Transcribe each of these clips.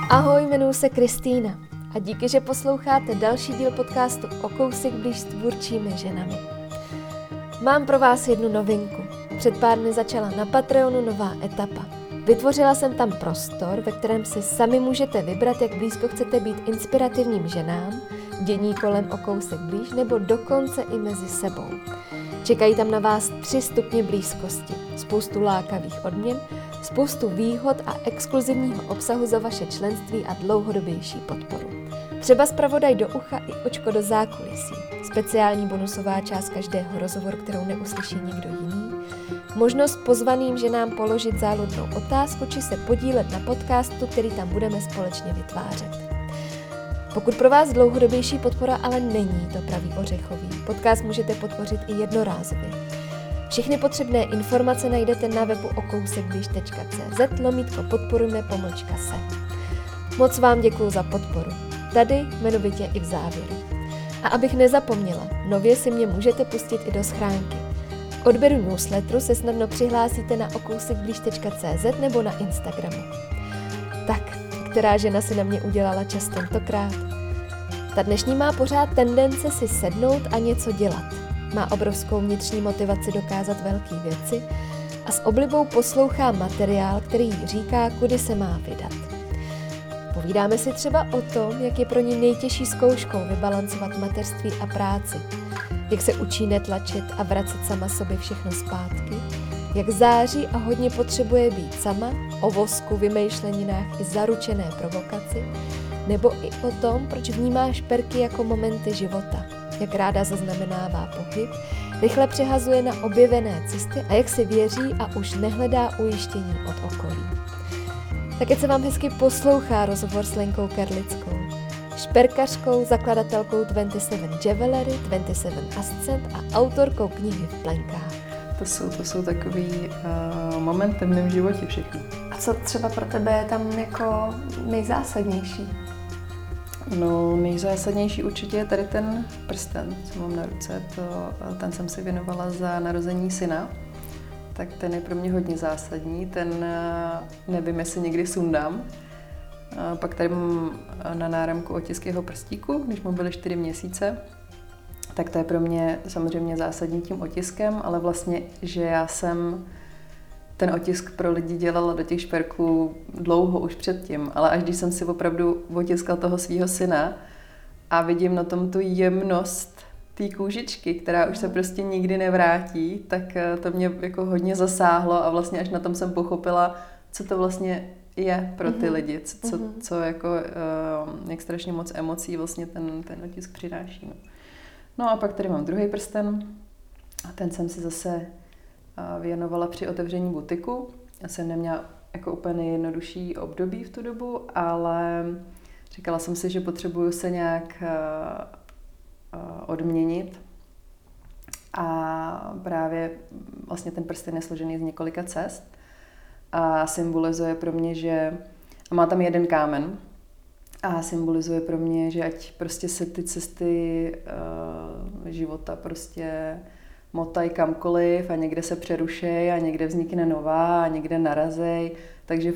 Ahoj, jmenuji se Kristýna a díky, že posloucháte další díl podcastu O kousek blíž s tvůrčími ženami. Mám pro vás jednu novinku. Před pár dny začala na Patreonu nová etapa. Vytvořila jsem tam prostor, ve kterém si sami můžete vybrat, jak blízko chcete být inspirativním ženám, dění kolem o kousek blíž nebo dokonce i mezi sebou. Čekají tam na vás 3 stupně blízkosti, spoustu lákavých odměn, spoustu výhod a exkluzivního obsahu za vaše členství a dlouhodobější podporu. Třeba zpravodaj do ucha i očko do zákulisí, speciální bonusová část každého rozhovoru, kterou neuslyší nikdo jiný, možnost pozvaným ženám položit záludnou otázku či se podílet na podcastu, který tam budeme společně vytvářet. Pokud pro vás dlouhodobější podpora ale není to pravý ořechový, podcast můžete podpořit i jednorázově. Všechny potřebné informace najdete na webu okousekblíž.cz/podporujme-se. Moc vám děkuju za podporu. Tady jmenovitě i v závěru. A abych nezapomněla, nově si mě můžete pustit i do schránky. K odběru newsletteru se snadno přihlásíte na okousekblíž.cz nebo na Instagramu. Tak, která žena si na mě udělala čas tentokrát? Ta dnešní má pořád tendence si sednout a něco dělat. Má obrovskou vnitřní motivaci dokázat velké věci a s oblibou poslouchá materiál, který jí říká, kudy se má vydat. Povídáme si třeba o tom, jak je pro ní nejtěžší zkouškou vybalancovat mateřství a práci, jak se učí netlačit a vracet sama sobě všechno zpátky, jak září a hodně potřebuje být sama, o vosku, vymýšleninách i zaručené provokaci, nebo i o tom, proč vnímá šperky jako momenty života, jak ráda zaznamenává pohyb, rychle přehazuje na objevené cesty a jak si věří a už nehledá ujištění od okolí. Tak ať se vám hezky poslouchá rozhovor s Lenkou Karlickou, šperkařkou, zakladatelkou 27 Jewelry, 27 Ascent a autorkou knihy V plenkách. To jsou takový momenty v mém životě všechno. A co třeba pro tebe je tam jako nejzásadnější? No, nejzásadnější určitě je tady ten prsten, co mám na ruce. Ten jsem si věnovala za narození syna. Tak ten je pro mě hodně zásadní. Ten nevím, jestli někdy sundám. Pak tady mám na náramku otisk jeho prstíku, když mu byly 4 měsíce. Tak to je pro mě samozřejmě zásadní tím otiskem, ale vlastně, že já jsem ten otisk pro lidi dělala do těch šperků dlouho už předtím, ale až když jsem si opravdu otiskla toho svého syna a vidím na tom tu jemnost té kůžičky, která už se prostě nikdy nevrátí, tak to mě jako hodně zasáhlo a vlastně až na tom jsem pochopila, co to vlastně je pro ty lidi, co jako, jak strašně moc emocí vlastně ten otisk přináší. No a pak tady mám druhý prsten a ten jsem si zase věnovala při otevření butiku. Já jsem neměla jako úplně nejjednodušší období v tu dobu, ale říkala jsem si, že potřebuju se nějak odměnit. A právě vlastně ten prsten je složený z několika cest a symbolizuje pro mě, že má tam jeden kámen a symbolizuje pro mě, že ať prostě se ty cesty života prostě motají kamkoliv a někde se přerušej a někde vznikne nová a někde narazej, takže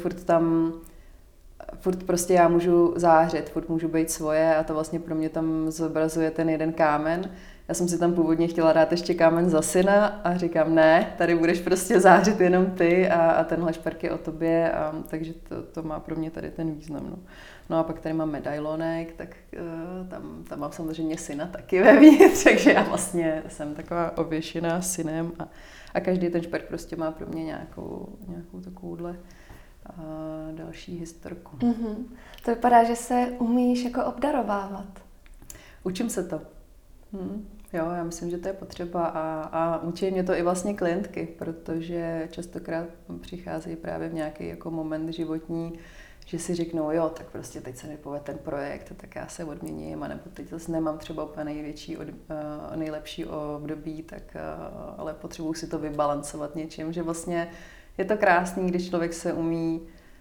furt prostě já můžu zářit, furt můžu být svoje a to vlastně pro mě tam zobrazuje ten jeden kámen. Já jsem si tam původně chtěla dát ještě kámen za syna a říkám, ne, tady budeš prostě zářit jenom ty a tenhle šperk je o tobě, takže to má pro mě tady ten význam. No a pak tady mám medailonek, tak tam mám samozřejmě syna taky vevnitř, takže já vlastně jsem taková ověšená synem a každý ten šperk prostě má pro mě nějakou takovouhle další historku. Mm-hmm. To vypadá, že se umíš jako obdarovávat. Učím se to. Jo, já myslím, že to je potřeba a učí mě to i vlastně klientky, protože častokrát přicházejí právě v nějaký jako moment životní, že si řeknou, jo, tak prostě teď se mi povede ten projekt, tak já se odměním, anebo teď zase nemám třeba úplně nejlepší období, tak, ale potřebuji si to vybalancovat něčím, že vlastně je to krásný, když člověk se umí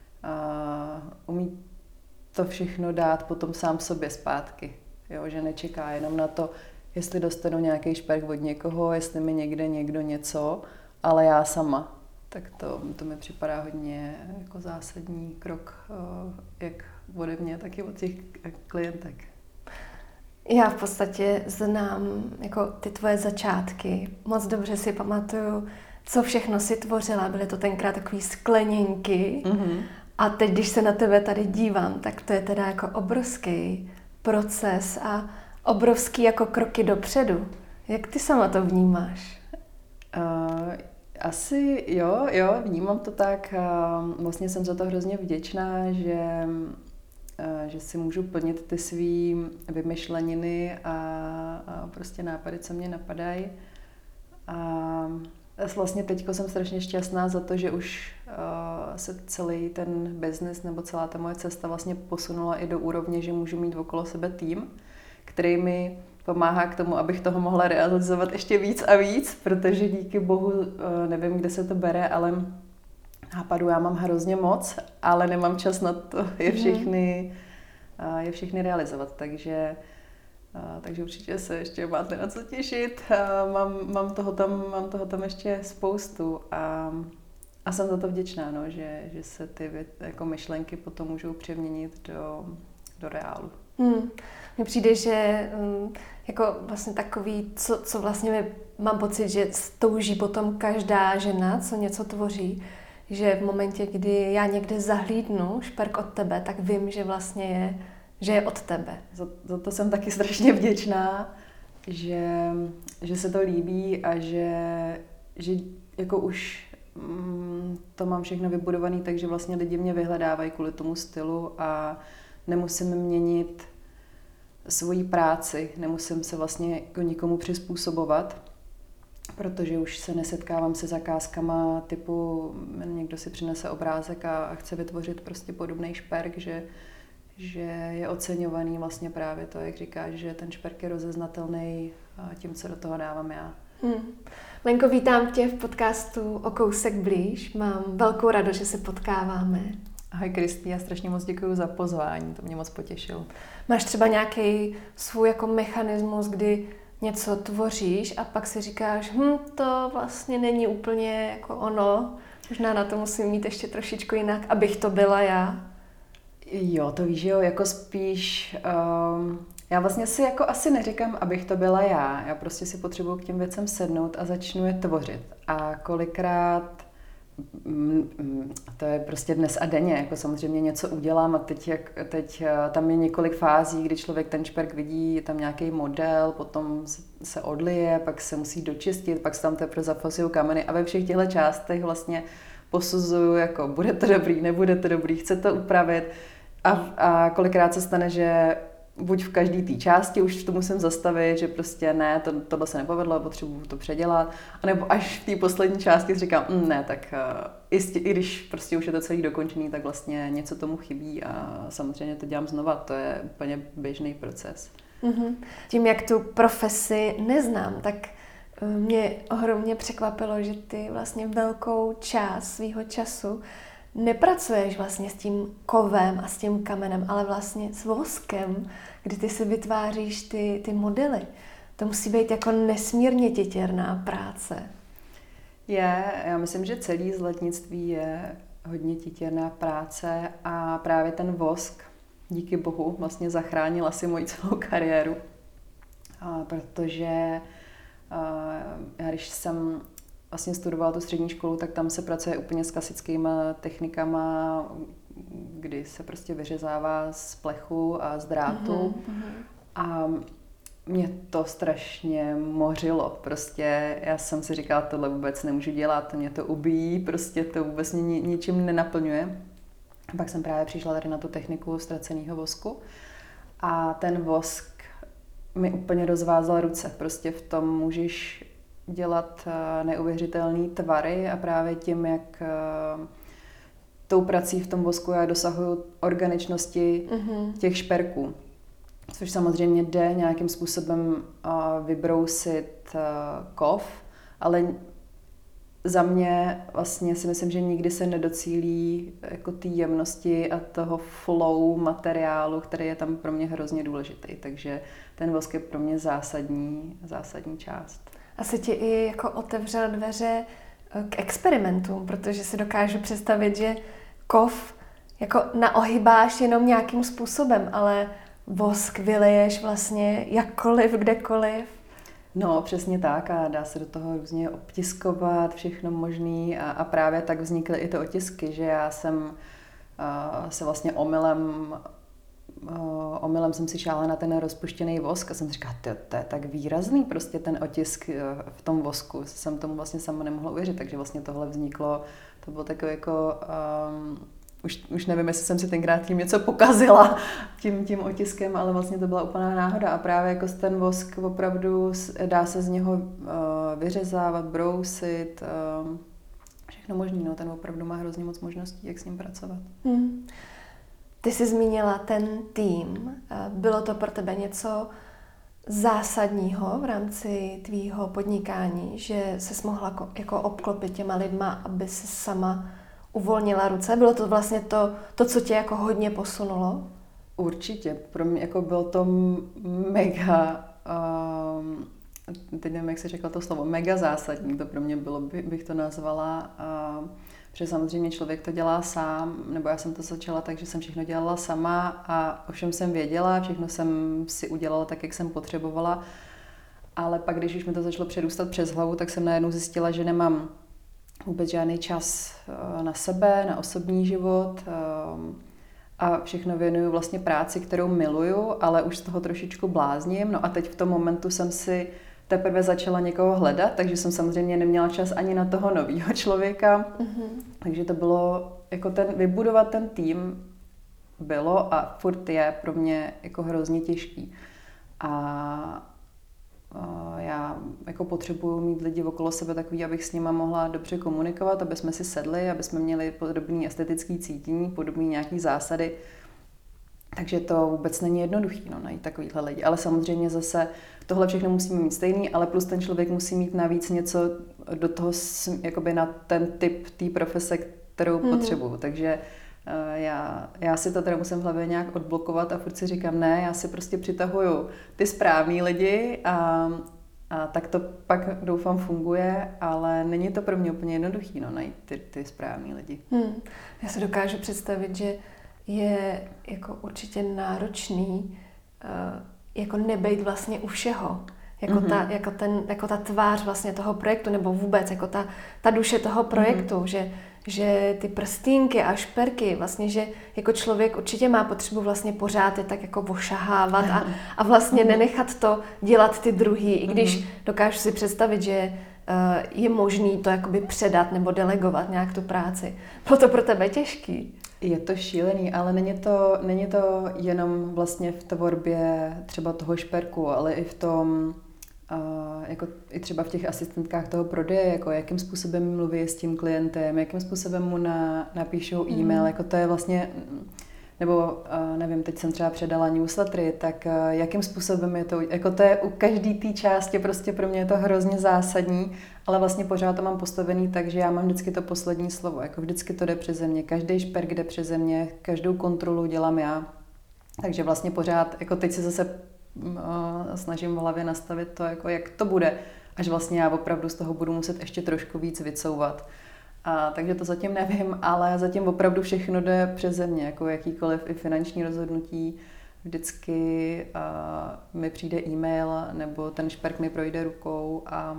to všechno dát potom sám sobě zpátky, jo, že nečeká jenom na to, jestli dostanu nějaký šperk od někoho, jestli mi někde někdo něco, ale já sama. Tak to mi připadá hodně jako zásadní krok, jak ode mě, tak i od těch klientek. Já v podstatě znám jako ty tvoje začátky. Moc dobře si pamatuju, co všechno si tvořila. Byly to tenkrát takový skleněnky. Mm-hmm. A teď, když se na tebe tady dívám, tak to je teda jako obrovský proces a obrovský jako kroky dopředu. Jak ty sama to vnímáš? Asi jo, vnímám to tak. Vlastně jsem za to hrozně vděčná, že si můžu plnit ty svý vymyšleniny a prostě nápady, co mě napadají. A vlastně teďko jsem strašně šťastná za to, že už se celý ten biznis nebo celá ta moje cesta vlastně posunula i do úrovně, že můžu mít okolo sebe tým, který mi pomáhá k tomu, abych toho mohla realizovat ještě víc a víc, protože díky bohu, nevím, kde se to bere, ale nápadů já mám hrozně moc, ale nemám čas na to je všechny realizovat, takže určitě se ještě máte na co těšit. Mám toho tam ještě spoustu a jsem za to vděčná, no, že se ty jako myšlenky potom můžou přeměnit do reálu. Mně přijde, že jako vlastně takový, co vlastně mám pocit, že touží potom každá žena, co něco tvoří, že v momentě, kdy já někde zahlídnu šperk od tebe, tak vím, že vlastně je od tebe. Za to jsem taky strašně vděčná, že se to líbí a že jako už to mám všechno vybudované, takže vlastně lidi mě vyhledávají kvůli tomu stylu a nemusím měnit svoji práci, nemusím se vlastně jako nikomu přizpůsobovat, protože už se nesetkávám se zakázkama typu někdo si přinese obrázek a chce vytvořit prostě podobný šperk, že je oceňovaný vlastně právě to, jak říkáš, že ten šperk je rozeznatelný tím, co do toho dávám já. Lenko, vítám tě v podcastu O kousek blíž. Mám velkou radost, že se potkáváme. Ahoj Kristý, já strašně moc děkuji za pozvání, to mě moc potěšilo. Máš třeba nějaký svůj jako mechanismus, kdy něco tvoříš a pak si říkáš, to vlastně není úplně jako ono, možná na to musím mít ještě trošičku jinak, abych to byla já. Jo, to víš, jo, jako spíš, já vlastně si jako asi neříkám, abych to byla já prostě si potřebuji k těm věcem sednout a začnu je tvořit a kolikrát to je prostě dnes a denně, jako samozřejmě něco udělám a teď tam je několik fází, kdy člověk ten šperk vidí, je tam nějaký model, potom se odlije, pak se musí dočistit, pak se tam teprve zafasují kameny a ve všech těchto částech vlastně posuzuju, jako bude to dobrý, nebude to dobrý, chce to upravit a kolikrát se stane, že buď v každé té části už to musím zastavit, že prostě ne, tohle se nepovedlo, potřebuju to předělat, anebo až v té poslední části říkám, ne, tak i když prostě už je to celý dokončený, tak vlastně něco tomu chybí a samozřejmě to dělám znova, to je úplně běžný proces. Tím, jak tu profesi neznám, tak mě ohromně překvapilo, že ty vlastně velkou část svýho času nepracuješ vlastně s tím kovem a s tím kamenem, ale vlastně s voskem, kdy ty si vytváříš ty modely. To musí být jako nesmírně titěrná práce. Já myslím, že celý zlatnictví je hodně titěrná práce a právě ten vosk, díky bohu, vlastně zachránil asi moji celou kariéru. Protože já když jsem vlastně studovala tu střední školu, tak tam se pracuje úplně s klasickými technikama, kdy se prostě vyřezává z plechu a z drátu. A mě to strašně mořilo. Prostě já jsem si říkala, tohle vůbec nemůžu dělat, mě to ubíjí, prostě to vůbec mě ničím nenaplňuje. A pak jsem právě přišla tady na tu techniku ztraceného vosku a ten vosk mi úplně rozvázal ruce. Prostě v tom můžeš dělat neuvěřitelné tvary a právě tím, jak tou prací v tom vosku já dosahuju organičnosti těch šperků. Což samozřejmě jde nějakým způsobem vybrousit kov, ale za mě vlastně si myslím, že nikdy se nedocílí jako té jemnosti a toho flow materiálu, který je tam pro mě hrozně důležitý. Takže ten vosk je pro mě zásadní část. Asi ti i jako otevřel dveře k experimentům, protože si dokážu představit, že kov jako naohybáš jenom nějakým způsobem, ale vosk vyleješ vlastně jakkoliv, kdekoliv. No, přesně tak a dá se do toho různě obtiskovat, všechno možný a právě tak vznikly i ty otisky, že já jsem se vlastně omylem jsem si šála na ten rozpuštěný vosk a jsem si říkala, to je tak výrazný prostě ten otisk v tom vosku. Jsem tomu vlastně sama nemohla uvěřit, takže vlastně tohle vzniklo, to bylo takové jako, už nevím, jestli jsem si tenkrát tím něco pokazila tím otiskem, ale vlastně to byla úplná náhoda a právě jako ten vosk opravdu dá se z něho vyřezávat, brousit, všechno možný, no ten opravdu má hrozně moc možností, jak s ním pracovat. Ty jsi zmínila ten tým. Bylo to pro tebe něco zásadního v rámci tvýho podnikání, že ses mohla jako obklopit těma lidma, aby si sama uvolnila ruce? Bylo to vlastně to, co tě jako hodně posunulo? Určitě. Pro mě jako bylo to mega, teď nevím, jak se řekla to slovo, mega zásadní. To pro mě bylo, bych to nazvala, protože samozřejmě člověk to dělá sám, nebo já jsem to začala tak, že jsem všechno dělala sama a ovšem jsem věděla, všechno jsem si udělala tak, jak jsem potřebovala, ale pak, když už mi to začalo přerůstat přes hlavu, tak jsem najednou zjistila, že nemám vůbec žádný čas na sebe, na osobní život a všechno věnuju vlastně práci, kterou miluju, ale už z toho trošičku blázním. No a teď v tom momentu jsem si teprve začala někoho hledat, takže jsem samozřejmě neměla čas ani na toho nového člověka. Takže to bylo, jako vybudovat ten tým bylo a furt je pro mě jako hrozně těžký. A já jako potřebuju mít lidi okolo sebe takový, abych s nima mohla dobře komunikovat, aby jsme si sedli, aby jsme měli podobný estetický cítění, podobný nějaký zásady. Takže to vůbec není jednoduchý, najít takovýhle lidi. Ale samozřejmě zase tohle všechno musíme mít stejný, ale plus ten člověk musí mít navíc něco do toho, jakoby na ten typ té profese, kterou potřebuju. Takže já si to teda musím v hlavě nějak odblokovat a furt si říkám, ne, já si prostě přitahuju ty správný lidi a tak to pak doufám funguje, ale není to pro mě úplně jednoduchý, najít ty správný lidi. Já si dokážu představit, že je jako určitě náročný jako nebejt vlastně u všeho. Jako ta tvář vlastně toho projektu, nebo vůbec jako ta duše toho projektu, že ty prstínky a šperky, vlastně, že jako člověk určitě má potřebu vlastně pořád je tak jako ošahávat a vlastně nenechat to dělat ty druhý, i když dokážu si představit, že je možný to jakoby předat nebo delegovat nějak tu práci. Bylo to pro tebe těžký? Je to šílený, ale není to jenom vlastně v tvorbě třeba toho šperku, ale i v tom, jako i třeba v těch asistentkách toho prodeje, jako jakým způsobem mluví s tím klientem, jakým způsobem mu napíšou e-mail, jako to je vlastně, nebo nevím, teď jsem třeba předala newslettery, tak jakým způsobem je to, jako to je u každý té části, prostě pro mě je to hrozně zásadní, ale vlastně pořád to mám postavený tak, že já mám vždycky to poslední slovo, jako vždycky to jde přeze mě, každý šperk jde přeze mě, každou kontrolu dělám já, takže vlastně pořád, jako teď si zase snažím v hlavě nastavit to, jako jak to bude, až vlastně já opravdu z toho budu muset ještě trošku víc vycouvat. Takže to zatím nevím, ale zatím opravdu všechno jde přeze mě, jako jakýkoliv i finanční rozhodnutí. Vždycky mi přijde e-mail nebo ten šperk mi projde rukou a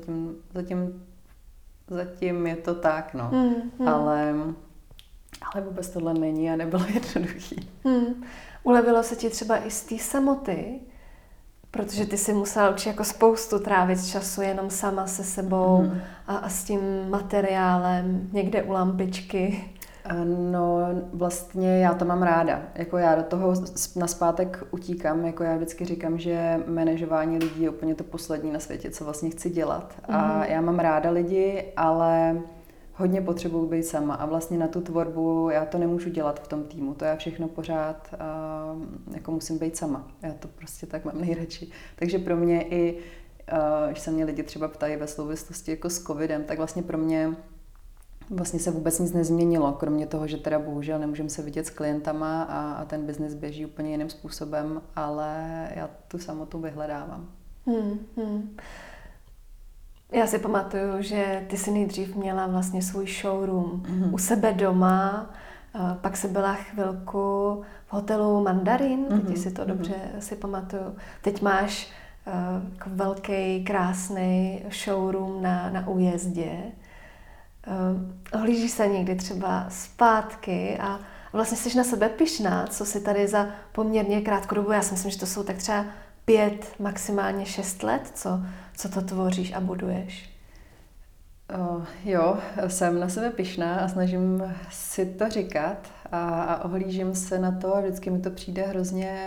zatím je to tak, no. Ale vůbec tohle není a nebylo jednoduchý. Ulevilo se ti třeba i z té samoty, protože ty si musela určitě jako spoustu trávit času jenom sama se sebou a s tím materiálem, někde u lampičky. No vlastně já to mám ráda. Jako já do toho nazpátek utíkám. Jako já vždycky říkám, že manažování lidí je úplně to poslední na světě, co vlastně chci dělat. A já mám ráda lidi, ale hodně potřebuji být sama a vlastně na tu tvorbu já to nemůžu dělat v tom týmu, to já všechno pořád jako musím být sama, já to prostě tak mám nejradši. Takže pro mě i, když se mě lidi třeba ptají ve souvislosti jako s covidem, tak vlastně pro mě vlastně se vůbec nic nezměnilo, kromě toho, že teda bohužel nemůžeme se vidět s klientama a ten biznis běží úplně jiným způsobem, ale já tu samotu vyhledávám. Já si pamatuju, že ty jsi nejdřív měla vlastně svůj showroom u sebe doma, pak jsi byla chvilku v hotelu Mandarin, teď si to dobře si pamatuju. Teď máš jako velký, krásný showroom na Újezdě. Ohlížíš se někdy třeba zpátky a vlastně jsi na sebe pyšná, co jsi tady za poměrně krátkou dobu, já si myslím, že to jsou tak třeba 5, maximálně 6 let, co to tvoříš a buduješ. Jo, jsem na sebe pyšná a snažím si to říkat a ohlížím se na to a vždycky mi to přijde hrozně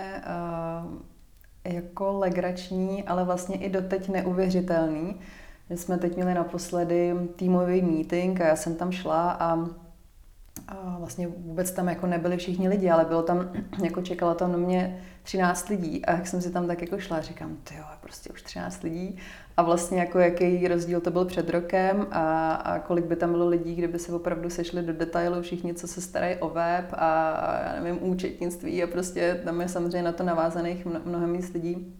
jako legrační, ale vlastně i doteď neuvěřitelný. My jsme teď měli naposledy týmový meeting a já jsem tam šla a vlastně vůbec tam jako nebyli všichni lidi, ale bylo tam, jako čekalo tam na mě 13 lidí a jak jsem si tam tak jako šla, říkám, tyjo, prostě už 13 lidí a vlastně jako jaký rozdíl to byl před rokem a kolik by tam bylo lidí, kdyby se opravdu sešli do detailu všichni, co se starají o web a já nevím, účetnictví a prostě tam je samozřejmě na to navázaných mnohem víc lidí.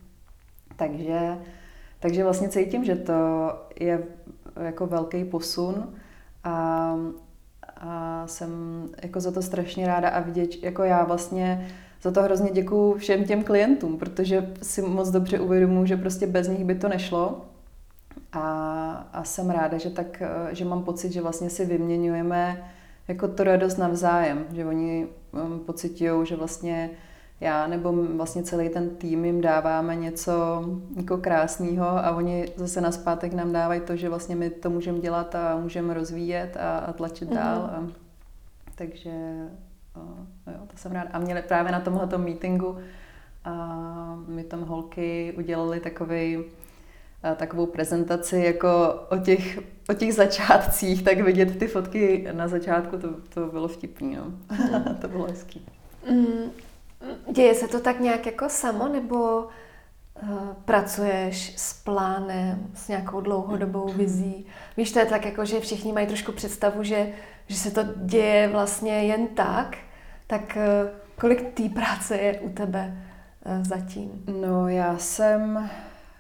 Takže vlastně cítím, že to je jako velký posun a jsem jako za to strašně ráda a vidět, jako já vlastně za to hrozně děkuju všem těm klientům, protože si moc dobře uvědomuji, že prostě bez nich by to nešlo a jsem ráda, že mám pocit, že vlastně si vyměňujeme jako tu radost navzájem, že oni pocitujou, že vlastně já nebo vlastně celý ten tým jim dáváme něco jako krásného a oni zase nazpátek nám dávají to, že vlastně my to můžeme dělat a můžeme rozvíjet a tlačit dál. Takže jo, to jsem ráda. A měli právě na tomhletom meetingu my tam holky udělali takovou prezentaci jako o těch začátcích, tak vidět ty fotky na začátku, to bylo vtipný, no. To bylo hezký. Děje se to tak nějak jako samo, nebo pracuješ s plánem, s nějakou dlouhodobou vizí? Víš, to je tak jako, že všichni mají trošku představu, že se to děje vlastně jen tak kolik té práce je u tebe zatím? No, já jsem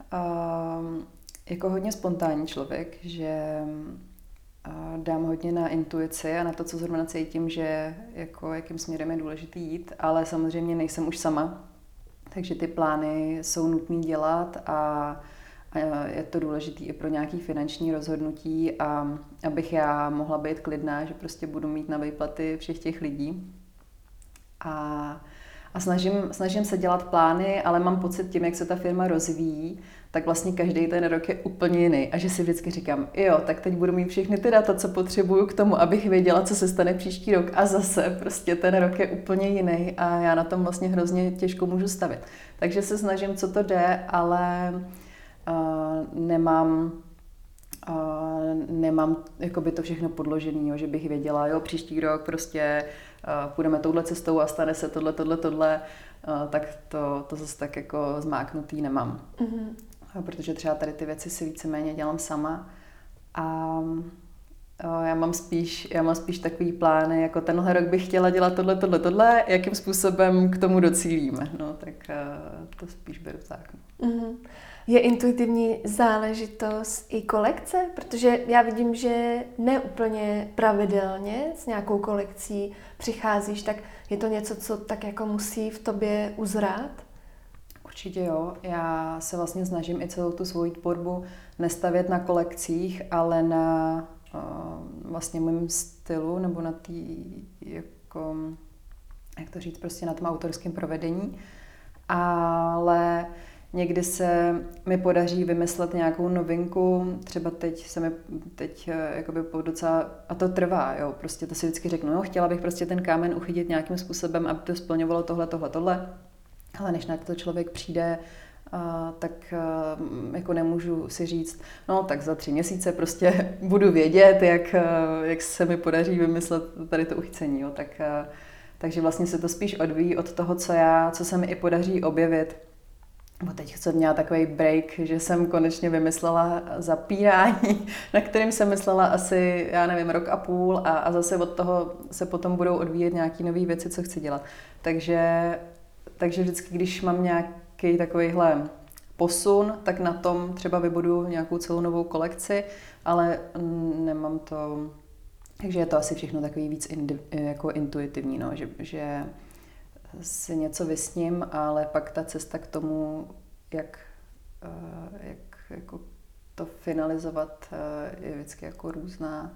jako hodně spontánní člověk, že dám hodně na intuici a na to, co zrovna cítím, že jako jakým směrem je důležitý jít, ale samozřejmě nejsem už sama, takže ty plány jsou nutný dělat a je to důležité i pro nějaké finanční rozhodnutí a abych já mohla být klidná, že prostě budu mít na výplaty všech těch lidí. A snažím se dělat plány, ale mám pocit tím, jak se ta firma rozvíjí, tak vlastně každý ten rok je úplně jiný. A že si vždycky říkám, jo, tak teď budu mít všechny ty data, co potřebuju k tomu, abych věděla, co se stane příští rok. A zase prostě ten rok je úplně jiný a já na tom vlastně hrozně těžko můžu stavit. Takže se snažím, co to jde, ale nemám jakoby to všechno podložené, že bych věděla, jo, příští rok prostě půjdeme touhle cestou a stane se tohle, tak to zase tak jako zmáknutý nemám. Protože třeba tady ty věci si víceméně dělám sama a já mám spíš takový plány, jako tenhle rok bych chtěla dělat tohle, jakým způsobem k tomu docílíme. No, tak to spíš beru tak. Je intuitivní záležitost i kolekce? Protože já vidím, že ne úplně pravidelně s nějakou kolekcí přicházíš, tak je to něco, co tak jako musí v tobě uzrát? Určitě jo. Já se vlastně snažím i celou tu svoji tvorbu nestavět na kolekcích, ale na vlastně mém stylu nebo na jako, jak to říct, prostě na tom autorském provedení. Ale někdy se mi podaří vymyslet nějakou novinku, třeba teď jakoby po docela, a to trvá, jo, prostě to si vždycky řeknu, no, chtěla bych prostě ten kámen uchytit nějakým způsobem, aby to splňovalo tohle, ale než na to člověk přijde, tak jako nemůžu si říct, no tak za 3 měsíce prostě budu vědět, jak se mi podaří vymyslet tady to uchycení, jo, takže vlastně se to spíš odvíjí od toho, co se mi i podaří objevit. Bo teď jsem měla takový break, že jsem konečně vymyslela zapírání, na kterým jsem myslela asi, já nevím, 1,5 roku a zase od toho se potom budou odvíjet nějaké nové věci, co chci dělat. Takže vždycky, když mám nějaký takovýhle posun, tak na tom třeba vybuduju nějakou celou novou kolekci, ale nemám to, takže je to asi všechno takový víc jako intuitivní, no, že si něco vysním, ale pak ta cesta k tomu, jak jako to finalizovat, je vždycky jako různá.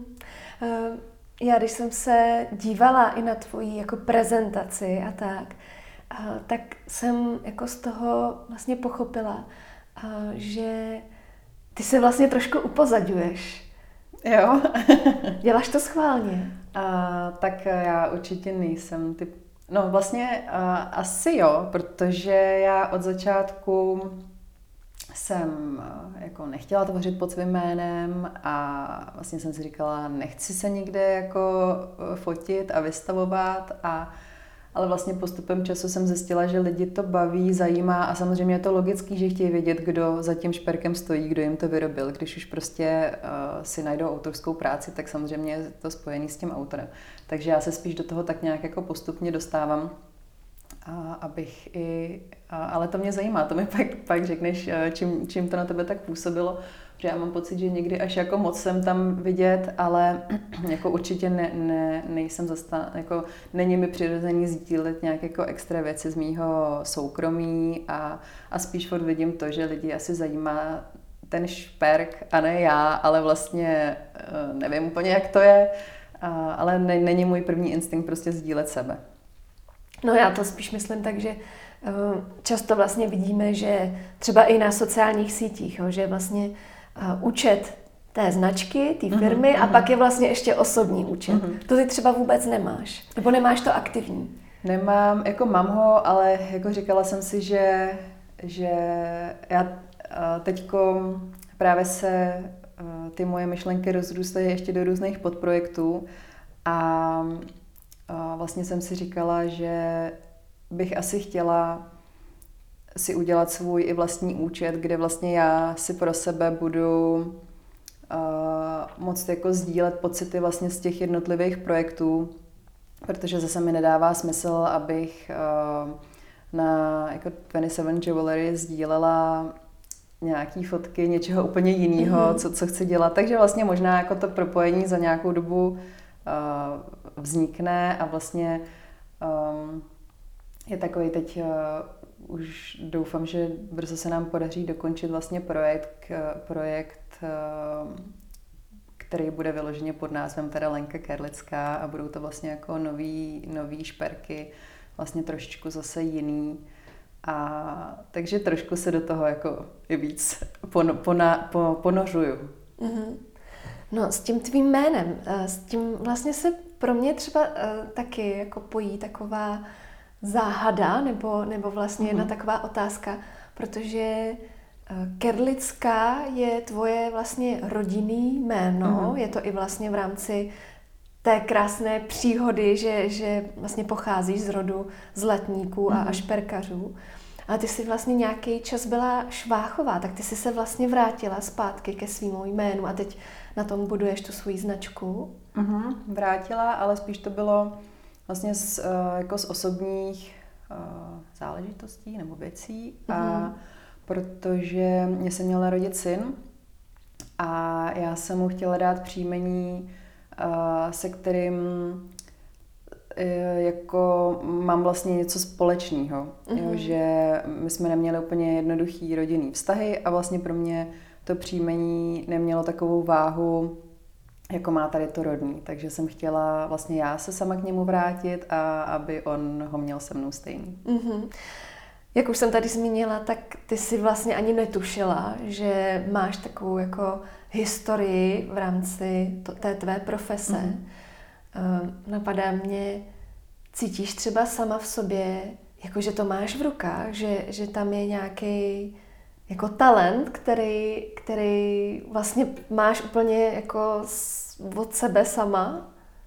Já když jsem se dívala i na tvoji jako prezentaci a tak jsem jako z toho vlastně pochopila, že ty se vlastně trošku upozadňuješ. Jo. Děláš to schválně? Tak já určitě nejsem typ. No vlastně asi jo, protože já od začátku jsem jako nechtěla tvořit pod svým jménem a vlastně jsem si říkala, nechci se nikde jako fotit a vystavovat, ale vlastně postupem času jsem zjistila, že lidi to baví, zajímá a samozřejmě je to logický, že chtějí vědět, kdo za tím šperkem stojí, kdo jim to vyrobil. Když už prostě si najdou autorskou práci, tak samozřejmě je to spojený s tím autorem. Takže já se spíš do toho tak nějak jako postupně dostávám, ale to mě zajímá, to mi pak řekneš, čím to na tebe tak působilo, že já mám pocit, že někdy až jako moc jsem tam vidět, ale jako určitě nejsem jako není mi přirozený sdílet nějak jako extra věci z mýho soukromí a spíš furt vidím to, že lidi asi zajímá ten šperk a ne já, ale vlastně nevím úplně, jak to je, ale není můj první instinkt prostě sdílet sebe. No já to spíš myslím tak, že často vlastně vidíme, že třeba i na sociálních sítích, že vlastně účet té značky, té firmy a pak je vlastně ještě osobní účet. To ty třeba vůbec nemáš, nebo nemáš to aktivní? Nemám, jako mám ho, ale jako říkala jsem si, že já teďko právě se ty moje myšlenky rozrůstají ještě do různých podprojektů a vlastně jsem si říkala, že bych asi chtěla si udělat svůj i vlastní účet, kde vlastně já si pro sebe budu moct jako sdílet pocity vlastně z těch jednotlivých projektů, protože zase mi nedává smysl, abych na jako 27 Jewelry sdílela nějaký fotky něčeho úplně jiného, co chci dělat. Takže vlastně možná jako to propojení za nějakou dobu vznikne a vlastně je takový teď už doufám, že brzo se nám podaří dokončit vlastně projekt, který bude vyloženě pod názvem teda Lenka Kerlická a budou to vlastně jako nový šperky, vlastně trošičku zase jiný. A takže trošku se do toho jako i víc ponořuju. No s tím tvým jménem, s tím vlastně se pro mě třeba taky jako pojí taková záhada nebo vlastně jedna taková otázka, protože Kerlická je tvoje vlastně rodinný jméno, je to i vlastně v rámci té krásné příhody, že vlastně pocházíš z rodu zlatníků a šperkařů. Ale ty jsi vlastně nějaký čas byla Šváchová, tak ty jsi se vlastně vrátila zpátky ke svému jménu a teď na tom buduješ tu svoji značku. Vrátila, ale spíš to bylo vlastně jako z osobních záležitostí nebo věcí. A protože mě se měl narodit syn a já jsem mu chtěla dát příjmení, se kterým jako mám vlastně něco společného, že my jsme neměli úplně jednoduchý rodinný vztahy a vlastně pro mě to příjmení nemělo takovou váhu, jako má tady to rodný. Takže jsem chtěla vlastně já se sama k němu vrátit a aby on ho měl se mnou stejný. Jak už jsem tady zmínila, tak ty si vlastně ani netušila, že máš takovou jako historii v rámci té tvé profese. Napadá mě, cítíš třeba sama v sobě, jako že to máš v rukách, že tam je nějaký jako talent, který vlastně máš úplně jako od sebe sama?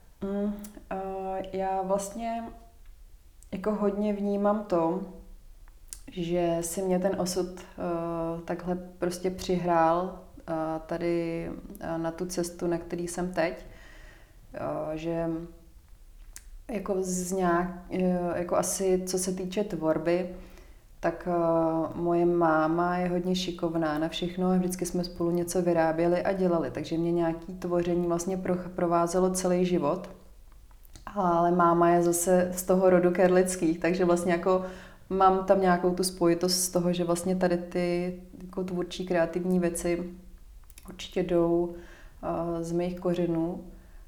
Já vlastně jako hodně vnímám to, že si mě ten osud takhle prostě přihrál tady na tu cestu, na který jsem teď. Že jako jako asi co se týče tvorby, tak moje máma je hodně šikovná na všechno a vždycky jsme spolu něco vyráběli a dělali, takže mě nějaký tvoření vlastně provázelo celý život. Ale máma je zase z toho rodu Kerlických, takže vlastně jako mám tam nějakou tu spojitost z toho, že vlastně tady ty jako tvůrčí kreativní věci určitě jdou z mých kořenů.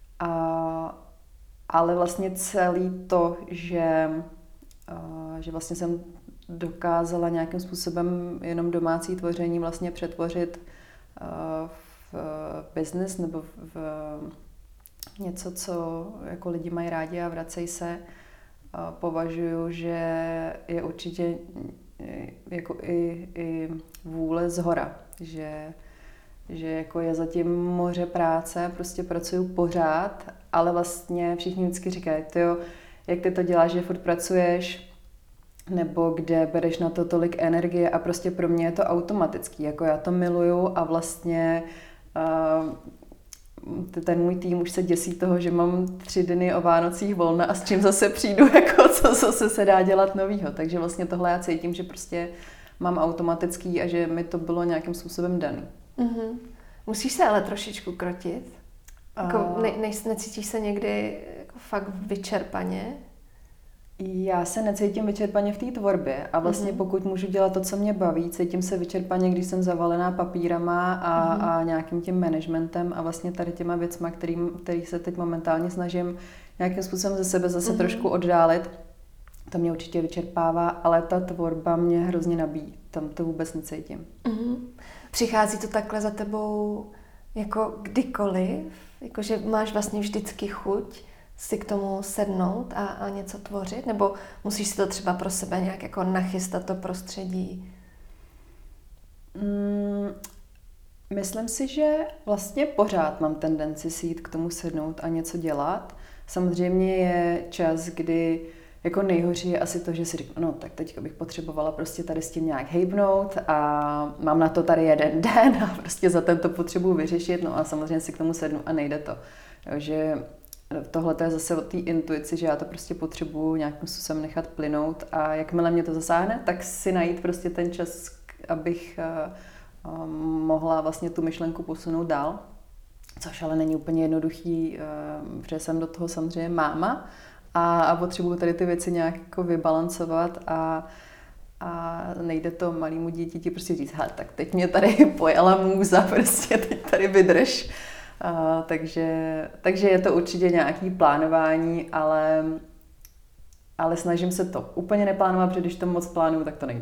Ale vlastně celý to, že vlastně jsem dokázala nějakým způsobem jenom domácí tvoření vlastně přetvořit v business nebo v něco, co jako lidi mají rádi a vracejí se, považuji, že je určitě jako i vůle zhora, že jako je zatím moře práce, prostě pracuju pořád, ale vlastně všichni vždycky říkají, tyjo, jak ty to děláš, že furt pracuješ, nebo kde bereš na to tolik energie a prostě pro mě je to automatický, jako já to miluju a vlastně ten můj tým už se děsí toho, že mám 3 dny o Vánocích volna a s čím zase přijdu, jako co zase se dá dělat novýho. Takže vlastně tohle já cítím, že prostě mám automatický a že mi to bylo nějakým způsobem daný. Mm-hmm. Musíš se ale trošičku krotit? Jako necítíš se někdy jako fakt vyčerpaně? Já se necítím vyčerpaně v té tvorbě a vlastně pokud můžu dělat to, co mě baví, cítím se vyčerpaně, když jsem zavalená papírama a nějakým tím managementem a vlastně tady těma věcma, který se teď momentálně snažím nějakým způsobem ze sebe zase trošku oddálit. To mě určitě vyčerpává, ale ta tvorba mě hrozně nabíjí. Tam to vůbec necítím. Přichází to takhle za tebou jako kdykoliv? Jakože máš vlastně vždycky chuť si k tomu sednout a něco tvořit? Nebo musíš si to třeba pro sebe nějak jako nachystat to prostředí? Myslím si, že vlastně pořád mám tendenci si jít k tomu sednout a něco dělat. Samozřejmě je čas, kdy jako nejhorší je asi to, že si řeknu, no tak teď bych potřebovala prostě tady s tím nějak hejbnout a mám na to tady jeden den a prostě za tento potřebuji vyřešit, no a samozřejmě si k tomu sednu a nejde to. Takže tohle to je zase o té intuici, že já to prostě potřebuji nějakým způsobem nechat plynout a jakmile mě to zasáhne, tak si najít prostě ten čas, abych mohla vlastně tu myšlenku posunout dál, což ale není úplně jednoduchý, protože jsem do toho samozřejmě máma a potřebuji tady ty věci nějak jako vybalancovat a nejde to malému dítěti prostě říct, hele, tak teď mě tady pojela můza, prostě teď tady vydrž. Takže je to určitě nějaké plánování, ale snažím se to úplně neplánovat, protože když to moc plánuju, tak to nejde.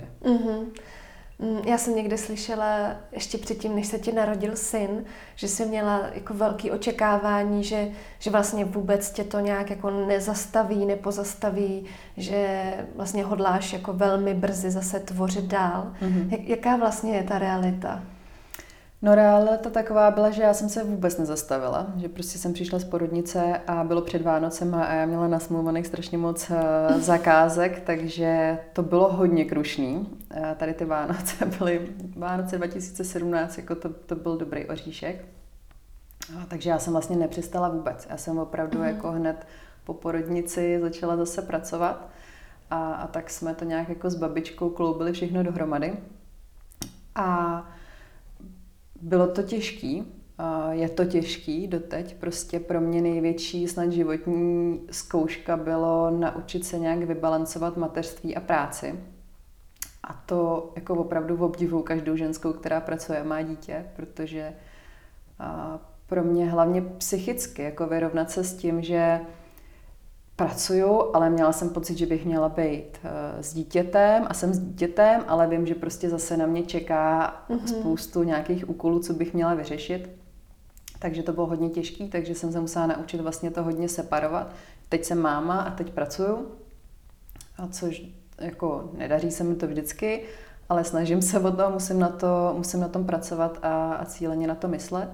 Já jsem někde slyšela, ještě předtím, než se ti narodil syn, že jsi měla jako velké očekávání, že vlastně vůbec tě to nějak jako nezastaví, nepozastaví, že vlastně hodláš jako velmi brzy zase tvořit dál. Jaká vlastně je ta realita? No realita taková byla, že já jsem se vůbec nezastavila, že prostě jsem přišla z porodnice a bylo před Vánocema a já měla nasmluvaných strašně moc zakázek, takže to bylo hodně krušný. Tady ty Vánoce byly Vánoce 2017, jako to byl dobrý oříšek. Takže já jsem vlastně nepřestala vůbec. Já jsem opravdu jako hned po porodnici začala zase pracovat a tak jsme to nějak jako s babičkou kloubili všechno dohromady. A bylo to těžký, je to těžký doteď, prostě pro mě největší snad životní zkouška bylo naučit se nějak vybalancovat mateřství a práci. A to jako opravdu obdivuju každou ženskou, která pracuje a má dítě, protože pro mě hlavně psychicky jako vyrovnat se s tím, že pracuju, ale měla jsem pocit, že bych měla být s dítětem a jsem s dítětem, ale vím, že prostě zase na mě čeká spoustu nějakých úkolů, co bych měla vyřešit. Takže to bylo hodně těžký, takže jsem se musela naučit vlastně to hodně separovat. Teď jsem máma a teď pracuju, a což jako nedaří se mi to vždycky, ale snažím se o to, musím na tom pracovat a cíleně na to myslet.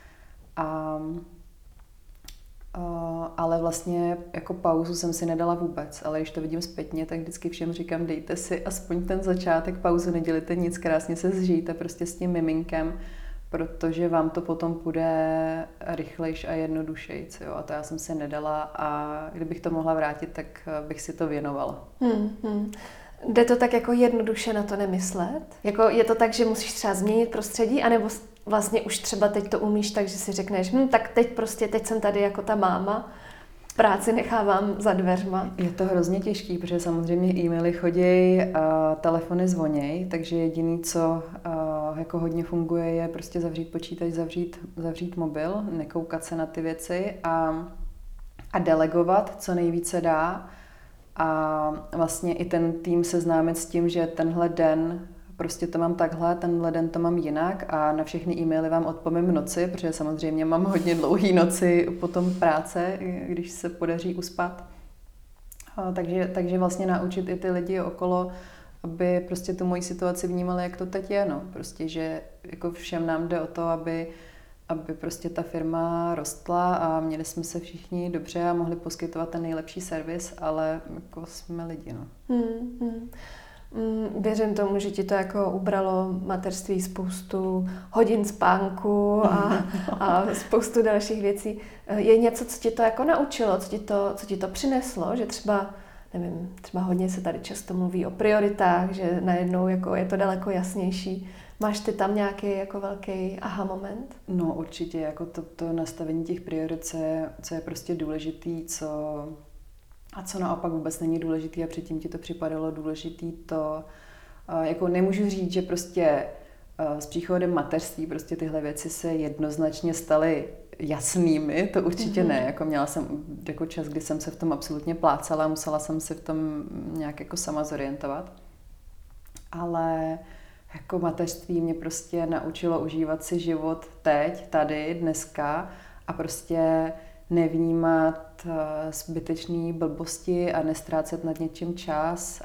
Ale vlastně jako pauzu jsem si nedala vůbec, ale když to vidím zpětně, tak vždycky všem říkám, dejte si aspoň ten začátek pauzu, nedělejte nic, krásně se zžijte prostě s tím miminkem, protože vám to potom půjde rychlejš a jednodušejc, jo? A to já jsem si nedala a kdybych to mohla vrátit, tak bych si to věnovala. Jde to tak jako jednoduše na to nemyslet? Jako je to tak, že musíš třeba změnit prostředí, anebo vlastně už třeba teď to umíš tak, že si řekneš, tak teď jsem tady jako ta máma, práci nechávám za dveřma. Je to hrozně těžký, protože samozřejmě e-maily chodí, telefony zvoněj, takže jediný, co jako hodně funguje, je prostě zavřít počítač, zavřít mobil, nekoukat se na ty věci a delegovat, co nejvíce dá. A vlastně i ten tým seznámit s tím, že tenhle den prostě to mám takhle, tenhle den to mám jinak a na všechny e-maily vám odpovím v noci, protože samozřejmě mám hodně dlouhý noci potom práce, když se podaří uspat. Takže vlastně naučit i ty lidi okolo, aby prostě tu moji situaci vnímali, jak to teď je. No. Prostě, že jako všem nám jde o to, aby prostě ta firma rostla a měli jsme se všichni dobře a mohli poskytovat ten nejlepší servis, ale jako jsme lidi. No. Věřím tomu, že ti to jako ubralo mateřství spoustu hodin spánku a spoustu dalších věcí. Je něco, co ti to jako naučilo, co ti to přineslo, že třeba, nevím, třeba hodně se tady často mluví o prioritách, že najednou jako je to daleko jasnější. Máš ty tam nějaký jako velký aha moment? No určitě, jako to nastavení těch priorit, co je prostě důležitý, co naopak vůbec není důležitý a předtím ti to připadalo důležitý, to jako nemůžu říct, že prostě s příchodem mateřství prostě tyhle věci se jednoznačně staly jasnými, to určitě ne, jako měla jsem jako čas, kdy jsem se v tom absolutně plácala, musela jsem se v tom nějak jako sama zorientovat, ale jako mateřství mě prostě naučilo užívat si život teď, tady, dneska a prostě nevnímat zbytečné blbosti a nestrácet nad něčím čas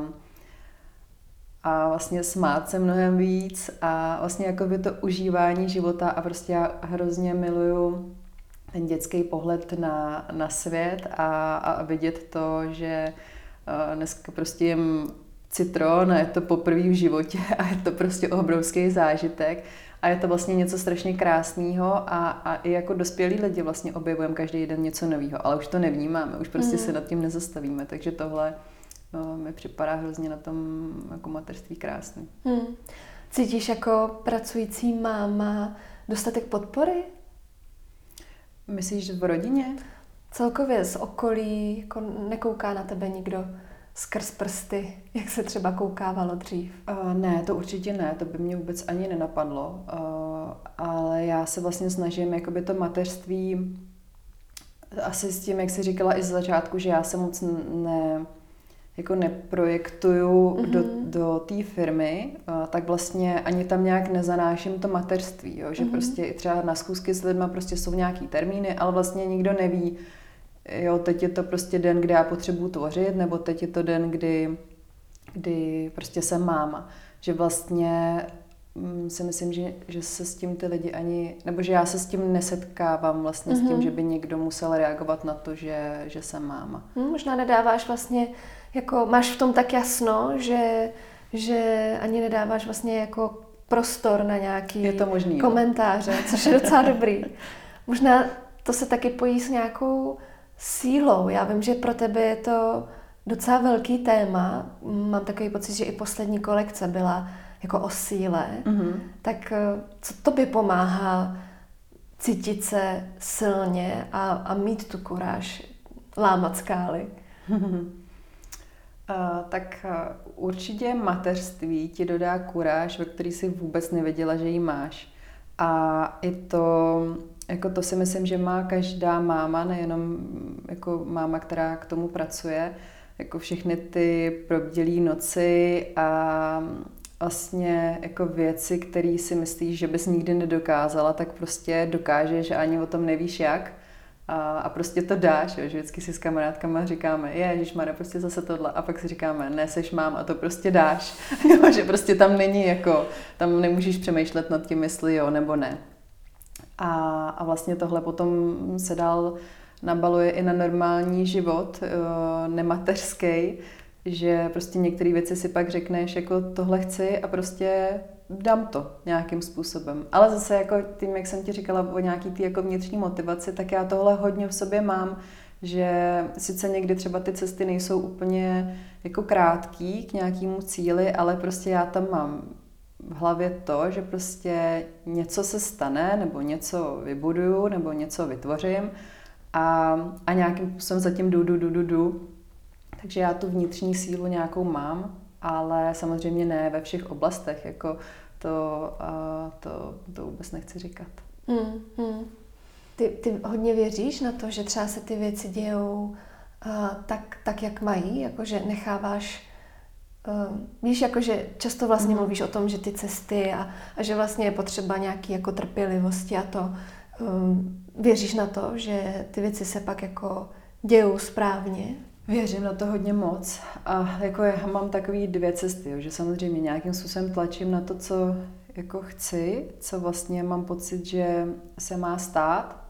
a vlastně smát se mnohem víc a vlastně jako by to užívání života a prostě já hrozně miluju ten dětský pohled na svět a vidět to, že dneska prostě jim citron a je to poprvé v životě a je to prostě obrovský zážitek a je to vlastně něco strašně krásného a i jako dospělí lidi vlastně objevujeme každý den něco nového, ale už to nevnímáme, už prostě se nad tím nezastavíme, takže tohle mi připadá hrozně na tom jako mateřství krásný. Cítíš jako pracující máma dostatek podpory? Myslíš v rodině? Celkově z okolí, jako nekouká na tebe nikdo skrz prsty, jak se třeba koukávalo dřív? Ne, to určitě ne, to by mě vůbec ani nenapadlo, ale já se vlastně snažím jakoby to mateřství asi s tím, jak jsi říkala i z začátku, že já se moc neprojektuju do té firmy, tak vlastně ani tam nějak nezanáším to mateřství, jo? Že prostě i třeba na schůzky s lidma prostě jsou nějaký termíny, ale vlastně nikdo neví, jo, teď je to prostě den, kdy já potřebuju tvořit, nebo teď je to den, kdy prostě jsem máma. Že vlastně si myslím, že se s tím ty lidi nebo že já se s tím nesetkávám vlastně s tím, že by někdo musel reagovat na to, že jsem máma. Možná nedáváš vlastně, jako máš v tom tak jasno, že ani nedáváš vlastně jako prostor na nějaký komentáře, což je docela dobrý. Možná to se taky pojí s nějakou sílou. Já vím, že pro tebe je to docela velký téma. Mám takový pocit, že i poslední kolekce byla jako o síle. Tak co tobě pomáhá cítit se silně a mít tu kuráž, lámat skály? Tak určitě mateřství ti dodá kuráž, ve který si vůbec nevěděla, že ji máš. A i to si myslím, že má každá máma, nejenom jako máma, která k tomu pracuje, jako všechny ty probdělý noci a vlastně jako věci, které si myslíš, že bys nikdy nedokázala, tak prostě dokážeš a ani o tom nevíš jak. A prostě to dáš, jo, že vždycky si s kamarádkama říkáme, ježišmarja, prostě zase tohle, a pak si říkáme, ne, seš mám a to prostě dáš, jo, že prostě tam není jako, tam nemůžeš přemýšlet nad tím, jestli jo nebo ne. A vlastně tohle potom se dál nabaluje i na normální život, nemateřský, že prostě některé věci si pak řekneš, jako tohle chci a prostě dám to nějakým způsobem. Ale zase jako tím, jak jsem ti říkala o nějaký ty jako vnitřní motivaci, tak já tohle hodně v sobě mám, že sice někdy třeba ty cesty nejsou úplně jako krátký k nějakému cíli, ale prostě já tam mám v hlavě to, že prostě něco se stane, nebo něco vybuduju, nebo něco vytvořím a nějakým způsobem zatím jdu. Takže já tu vnitřní sílu nějakou mám, ale samozřejmě ne ve všech oblastech, jako to vůbec nechci říkat. Ty hodně věříš na to, že třeba se ty věci dějou tak, jak mají, jakože necháváš, víš, jakože často vlastně mluvíš o tom, že ty cesty a že vlastně je potřeba nějaký jako trpělivosti a to. Věříš na to, že ty věci se pak jako dějou správně? Věřím na to hodně moc a jako já mám takový 2 cesty, jo, že samozřejmě nějakým způsobem tlačím na to, co jako chci, co vlastně mám pocit, že se má stát,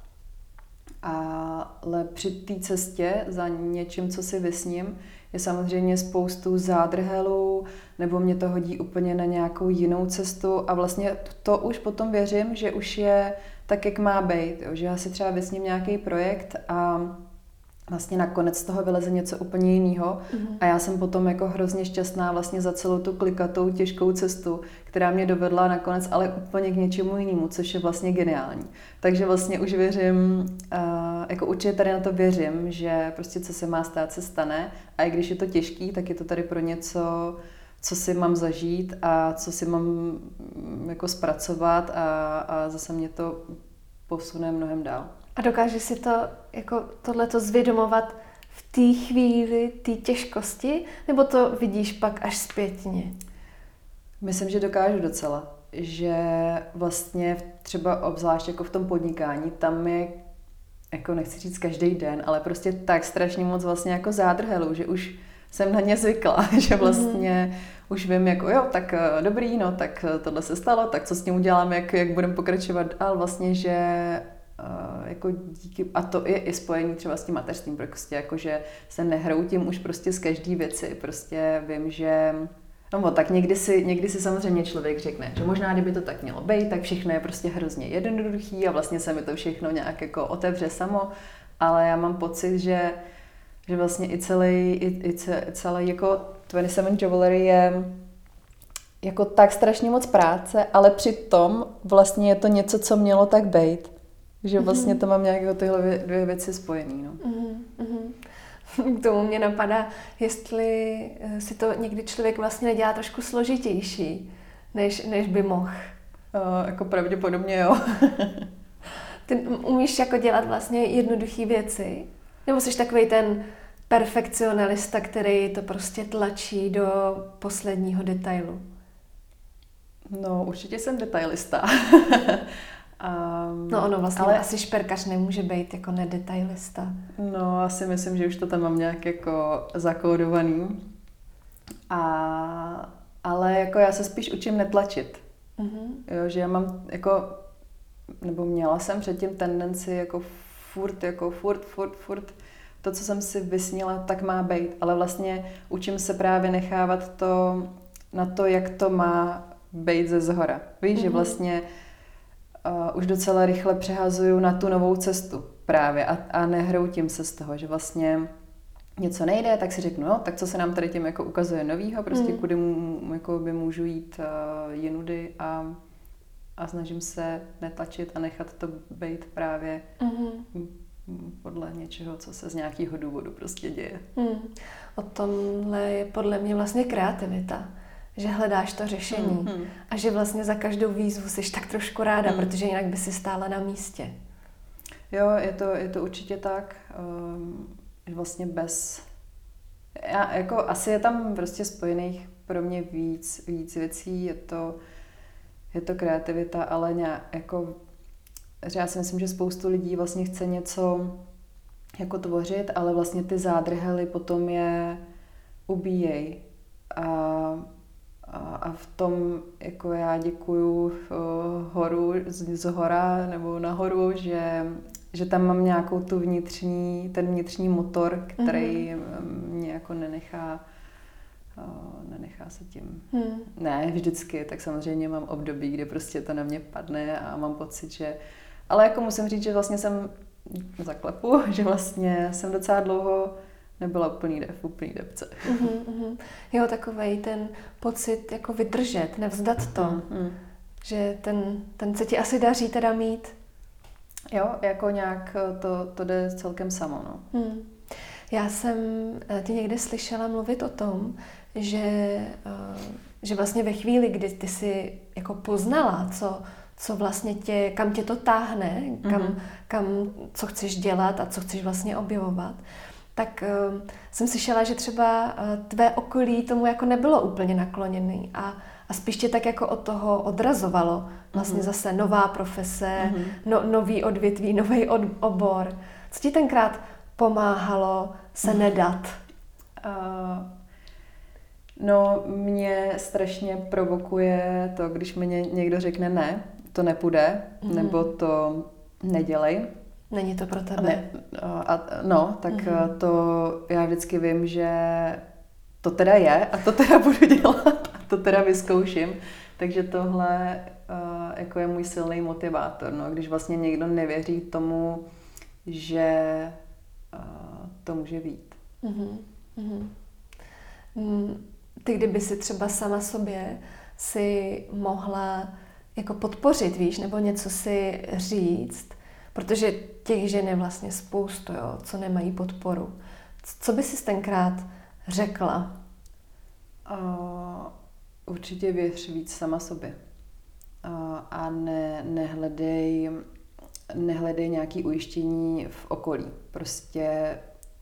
ale při té cestě za něčím, co si vysním, je samozřejmě spoustu zádrhelů, nebo mě to hodí úplně na nějakou jinou cestu a vlastně to už potom věřím, že už je tak, jak má být, jo, že já si třeba vysním nějaký projekt a vlastně nakonec z toho vyleze něco úplně jiného a já jsem potom jako hrozně šťastná vlastně za celou tu klikatou těžkou cestu, která mě dovedla nakonec ale úplně k něčemu jinému, což je vlastně geniální. Takže vlastně už věřím, jako určitě tady na to věřím, že prostě co se má stát, se stane a i když je to těžký, tak je to tady pro něco, co si mám zažít a co si mám jako zpracovat a zase mě to posune mnohem dál. A dokážeš si to, jako tohleto zvědomovat v té chvíli, té těžkosti, nebo to vidíš pak až zpětně? Myslím, že dokážu docela. Že vlastně třeba obzvlášť jako v tom podnikání, tam je, jako nechci říct každý den, ale prostě tak strašně moc vlastně jako zádrhelů, že už jsem na ně zvykla, že vlastně už vím, jako jo, tak dobrý, no, tak tohle se stalo, tak co s tím udělám, jak budeme pokračovat dál, vlastně, že jako díky, a to je i spojení třeba s tím mateřstvím, prostě jako, že se nehroutím už prostě z každý věci, prostě vím, že no tak někdy si samozřejmě člověk řekne, že možná kdyby to tak mělo být, tak všechno je prostě hrozně jednoduchý a vlastně se mi to všechno nějak jako otevře samo, ale já mám pocit, že vlastně i celý jako 27 Jewelry je jako tak strašně moc práce, ale přitom vlastně je to něco, co mělo tak být. Že vlastně to mám nějaké tyhle 2 věci spojený. No. K tomu mě napadá, jestli si to někdy člověk vlastně nedělá trošku složitější, než by mohl. Jako pravděpodobně jo. Ty umíš jako dělat vlastně jednoduché věci? Nebo jsi takovej ten perfekcionalista, který to prostě tlačí do posledního detailu? No, určitě jsem detailista. No ono vlastně, ale asi šperkař nemůže být jako nedetailista. No, asi myslím, že už to tam mám nějak jako zakódovaný. Ale jako já se spíš učím netlačit. Jo, že já mám jako, nebo měla jsem předtím tendenci jako furt to, co jsem si vysnila, tak má být. Ale vlastně učím se právě nechávat to na to, jak to má být ze zhora. Víš, že vlastně už docela rychle přehazuju na tu novou cestu právě a nehroutím se z toho, že vlastně něco nejde, tak si řeknu, no, tak co se nám tady tím jako ukazuje novýho, prostě kudy jako by můžu jít jinudy a snažím se netlačit a nechat to být právě podle něčeho, co se z nějakého důvodu prostě děje. O tomhle je podle mě vlastně kreativita. Že hledáš to řešení a že vlastně za každou výzvu jsi tak trošku ráda, protože jinak by si stála na místě. Jo, je to určitě tak. Vlastně jako asi je tam prostě spojených pro mě víc věcí. Je to kreativita, ale jako já si myslím, že spoustu lidí vlastně chce něco jako tvořit, ale vlastně ty zádrhely potom je ubíjejí. A v tom jako já děkuju horu z hora nebo nahoru, že tam mám nějakou ten vnitřní motor, který mě jako nenechá se tím. Ne, vždycky, tak samozřejmě mám období, kde prostě to na mě padne a mám pocit, že... Ale jako musím říct, že vlastně jsem zaklepu, že vlastně jsem docela dlouho nebyla úplný depce. Jo, takovej ten pocit jako vydržet, nevzdat to. Že ten se ti asi daří teda mít. Jo, jako nějak to jde celkem samo, no. Já jsem tě někde slyšela mluvit o tom, že vlastně ve chvíli, kdy ty jsi jako poznala, co vlastně kam tě to táhne, co chceš dělat a co chceš vlastně objevovat, tak jsem slyšela, že třeba tvé okolí tomu jako nebylo úplně nakloněný a spíš tě tak jako od toho odrazovalo. Vlastně zase nová profese, nový odvětví, nový obor. Co ti tenkrát pomáhalo se nedat? No, mě strašně provokuje to, když mi někdo řekne ne, to nepůjde, nebo to nedělej. Není to pro tebe. Tak to já vždycky vím, že to teda je a to teda budu dělat a to teda vyzkouším. Takže tohle jako je můj silný motivátor. No, když vlastně někdo nevěří tomu, že to může být. Ty, kdyby si třeba sama sobě si mohla jako podpořit, víš, nebo něco si říct, protože těch žen je vlastně spoustu, jo, co nemají podporu. Co by si tenkrát řekla? Určitě věř víc sama sobě. A nehledej nějaké ujištění v okolí. Prostě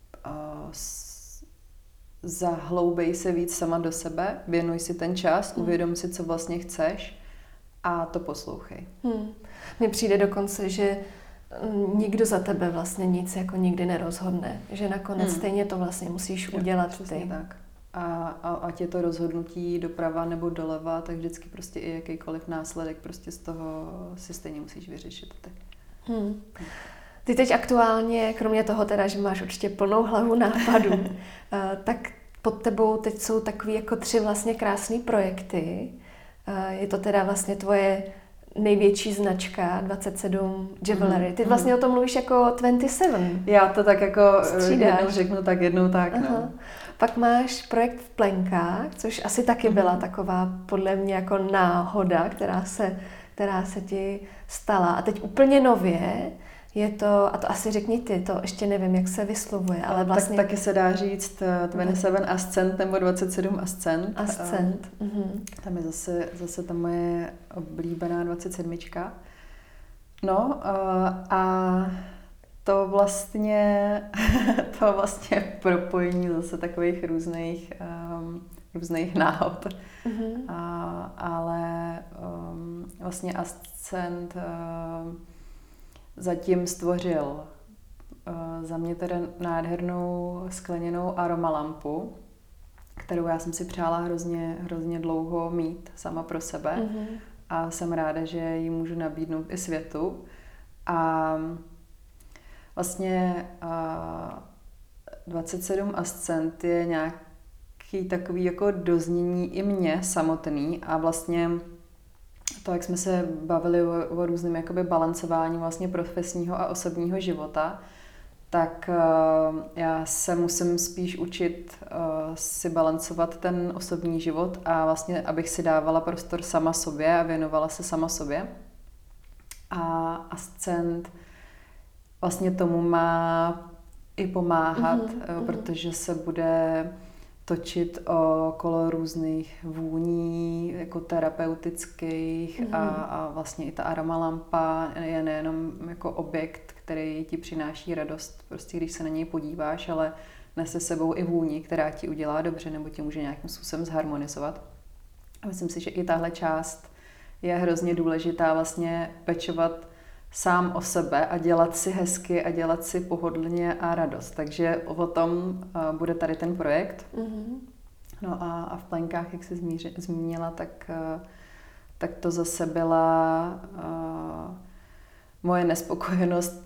zahloubej se víc sama do sebe, věnuj si ten čas, uvědom si, co vlastně chceš a to poslouchej. Mně přijde dokonce, že nikdo za tebe vlastně nic jako nikdy nerozhodne. Že nakonec stejně to vlastně musíš udělat ty. Tak. A ať je to rozhodnutí doprava nebo doleva, tak vždycky prostě i jakýkoliv následek prostě z toho si stejně musíš vyřešit ty. Ty teď aktuálně, kromě toho teda, že máš určitě plnou hlavu nápadů, tak pod tebou teď jsou takový jako 3 vlastně krásný projekty. Je to teda vlastně tvoje největší značka 27 Jewelry. Ty vlastně o tom mluvíš jako 27. Já to tak jako jednou řeknu tak, jednou tak. No. Pak máš projekt v Plenkách, což asi taky byla taková podle mě jako náhoda, která se ti stala. A teď úplně nově je to, a to asi řekni ty, to ještě nevím, jak se vyslovuje, ale vlastně... Taky se dá říct 27 Ascent nebo 27 Ascent. Ascent. Tam je zase ta moje oblíbená 27. No a to vlastně propojení zase takových různých náhod. Ale vlastně Ascent zatím stvořil za mě teda nádhernou skleněnou aromalampu, kterou já jsem si přála hrozně dlouho mít sama pro sebe a jsem ráda, že ji můžu nabídnout i světu. A vlastně 27 Ascent je nějaký takový jako doznění i mě samotný a vlastně to, jak jsme se bavili o různém jakoby balancování vlastně profesního a osobního života, tak já se musím spíš učit si balancovat ten osobní život a vlastně, abych si dávala prostor sama sobě a věnovala se sama sobě. A Ascent vlastně tomu má i pomáhat, protože se bude točit okolo různých vůní, jako terapeutických a vlastně i ta aromalampa je nejenom jako objekt, který ti přináší radost, prostě když se na něj podíváš, ale nese sebou i vůni, která ti udělá dobře nebo tě může nějakým způsobem zharmonizovat. A myslím si, že i tahle část je hrozně důležitá vlastně pečovat sám o sebe a dělat si hezky a dělat si pohodlně a radost. Takže o tom bude tady ten projekt. No a v Plenkách, jak jsi zmínila, tak to zase byla moje nespokojenost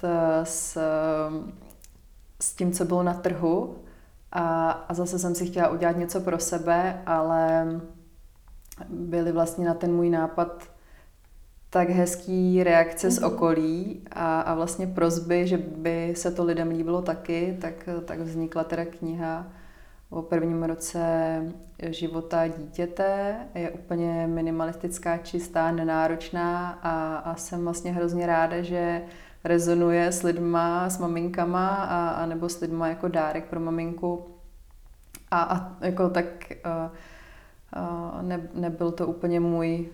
s tím, co bylo na trhu. A zase jsem si chtěla udělat něco pro sebe, ale byly vlastně na ten můj nápad tak hezký reakce z okolí a vlastně prosby, že by se to lidem líbilo taky, tak vznikla teda kniha o prvním roce života dítěte. Je úplně minimalistická, čistá, nenáročná a jsem vlastně hrozně ráda, že rezonuje s lidma, s maminkama a nebo s lidma jako dárek pro maminku. A jako tak nebyl to úplně můj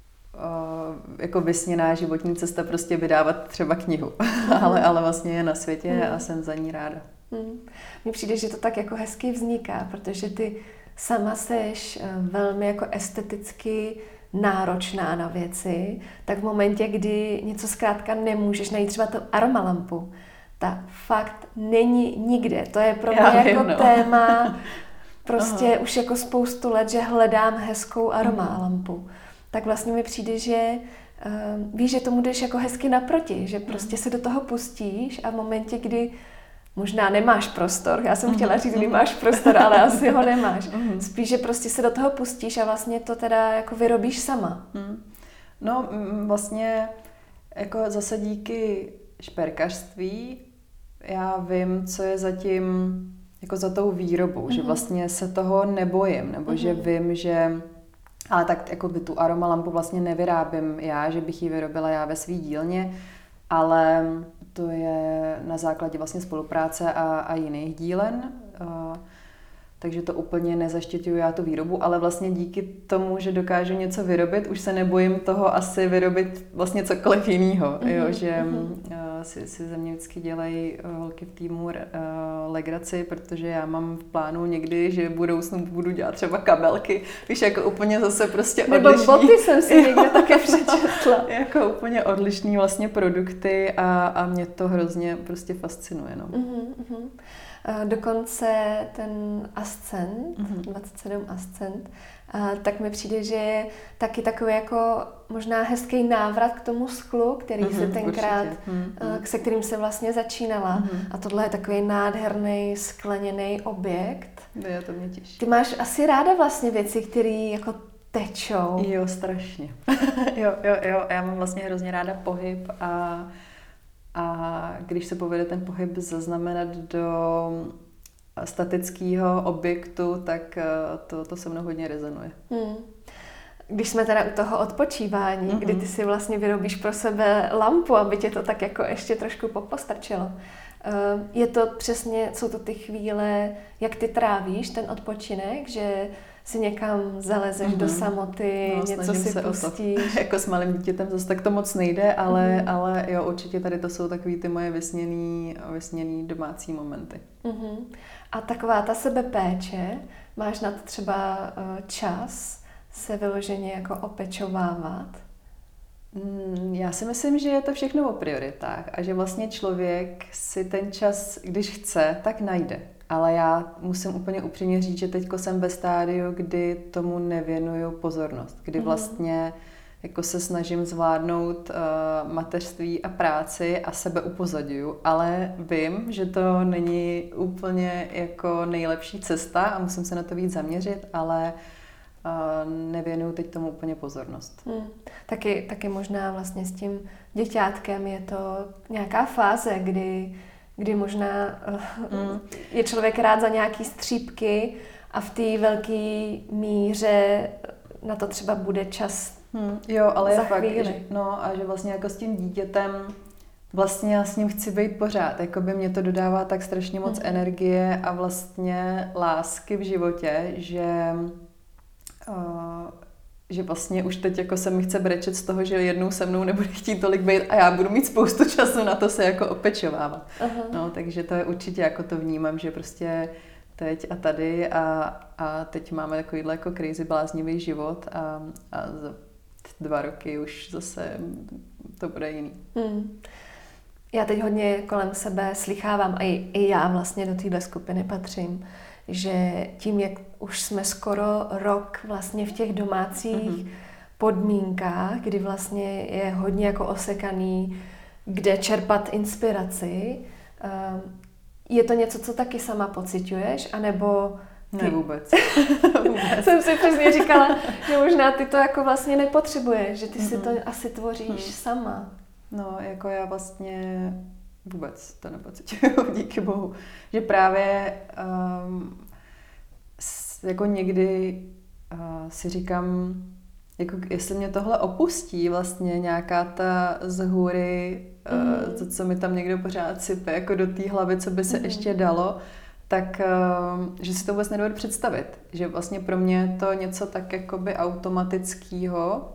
jako vysněná životní cesta prostě vydávat třeba knihu, ale vlastně je na světě a jsem za ní ráda. Mně přijde, že to tak jako hezky vzniká, protože ty sama seš velmi jako esteticky náročná na věci, tak v momentě, kdy něco zkrátka nemůžeš najít, třeba tu aromalampu, ta fakt není nikde. To je pro mě jako téma prostě už jako spoustu let, že hledám hezkou aromalampu. Tak vlastně mi přijde, že víš, že tomu jdeš jako hezky naproti, že prostě se do toho pustíš a v momentě, kdy možná nemáš prostor, já jsem chtěla říct, kdy máš prostor, ale asi ho nemáš. Spíš, že prostě se do toho pustíš a vlastně to teda jako vyrobíš sama. No vlastně jako zase díky šperkařství já vím, co je zatím jako za tou výrobou, že vlastně se toho nebojím, nebo že vím, že ale tak jako by tu aromalampu vlastně nevyrábím já, že bych ji vyrobila já ve svý dílně, ale to je na základě vlastně spolupráce a jiných dílen. Takže to úplně nezaštiťuju já tu výrobu, ale vlastně díky tomu, že dokážu něco vyrobit, už se nebojím toho asi vyrobit vlastně cokoliv jinýho, že si ze mě vždycky dělají holky v týmu legraci, protože já mám v plánu někdy, že v budoucnu budu dělat třeba kabelky, víš, jako úplně zase prostě odlišný. Nebo boty jsem si někde také přečetla. Jako úplně odlišný vlastně produkty a mě to hrozně prostě fascinuje, no. Dokonce ten Ascent, 27 Ascent, tak mi přijde, že je taky takový jako možná hezký návrat k tomu sklu, který se tenkrát, se kterým se vlastně začínala. A tohle je takový nádherný skleněný objekt. To mě těší. Ty máš asi ráda vlastně věci, které jako tečou. Jo, strašně. jo, já mám vlastně hrozně ráda pohyb a když se povede ten pohyb zaznamenat do statického objektu, tak to se mnou hodně rezonuje. Když jsme teda u toho odpočívání, kdy ty si vlastně vyrobíš pro sebe lampu, aby tě to tak jako ještě trošku popostrčilo. Je to přesně, jsou to ty chvíle, jak ty trávíš ten odpočinek, že si někam zalezeš do samoty, něco si pustíš. Jako s malým dítětem zase tak to moc nejde, ale jo, určitě tady to jsou takový ty moje vysněný domácí momenty. A taková ta sebepéče, máš na to třeba čas se vyloženě jako opečovávat? Já si myslím, že je to všechno o prioritách a že vlastně člověk si ten čas, když chce, tak najde. Ale já musím úplně upřímně říct, že teďko jsem ve stádiu, kdy tomu nevěnuju pozornost, kdy vlastně jako se snažím zvládnout mateřství a práci a sebe upozadňuju, ale vím, že to není úplně jako nejlepší cesta a musím se na to víc zaměřit, ale nevěnuju teď tomu úplně pozornost. Taky možná vlastně s tím děťátkem je to nějaká fáze, kdy možná je člověk rád za nějaký střípky a v té velké míře na to třeba bude čas jo, ale za je fakt, chvíli. že, no a že vlastně jako s tím dítětem vlastně já s ním chci být pořád, jako by mě to dodává tak strašně moc energie a vlastně lásky v životě, že vlastně už teď jako se mi chce brečet z toho, že jednou se mnou nebude chtít tolik být a já budu mít spoustu času na to se jako opečovávat. No, takže to je určitě, jako to vnímám, že prostě teď a tady a teď máme takovýhle jako crazy bláznivý život a za 2 roky už zase to bude jiný. Já teď hodně kolem sebe slychávám a i já vlastně do téhle skupiny patřím, že tím, jak už jsme skoro rok vlastně v těch domácích podmínkách, kdy vlastně je hodně jako osekaný, kde čerpat inspiraci, je to něco, co taky sama pociťuješ, anebo Ne, vůbec. Jsem si přesně říkala, že možná ty to jako vlastně nepotřebuješ, že ty si to asi tvoříš sama. No, jako já vlastně vůbec to nepocituju, díky bohu. Že právě jako někdy si říkám, jako jestli mě tohle opustí vlastně nějaká ta z hůry, to, co mi tam někdo pořád sype, jako do té hlavy, co by se ještě dalo, tak, že si to vůbec nedovedu představit. Že vlastně pro mě je to něco tak jakoby automatického,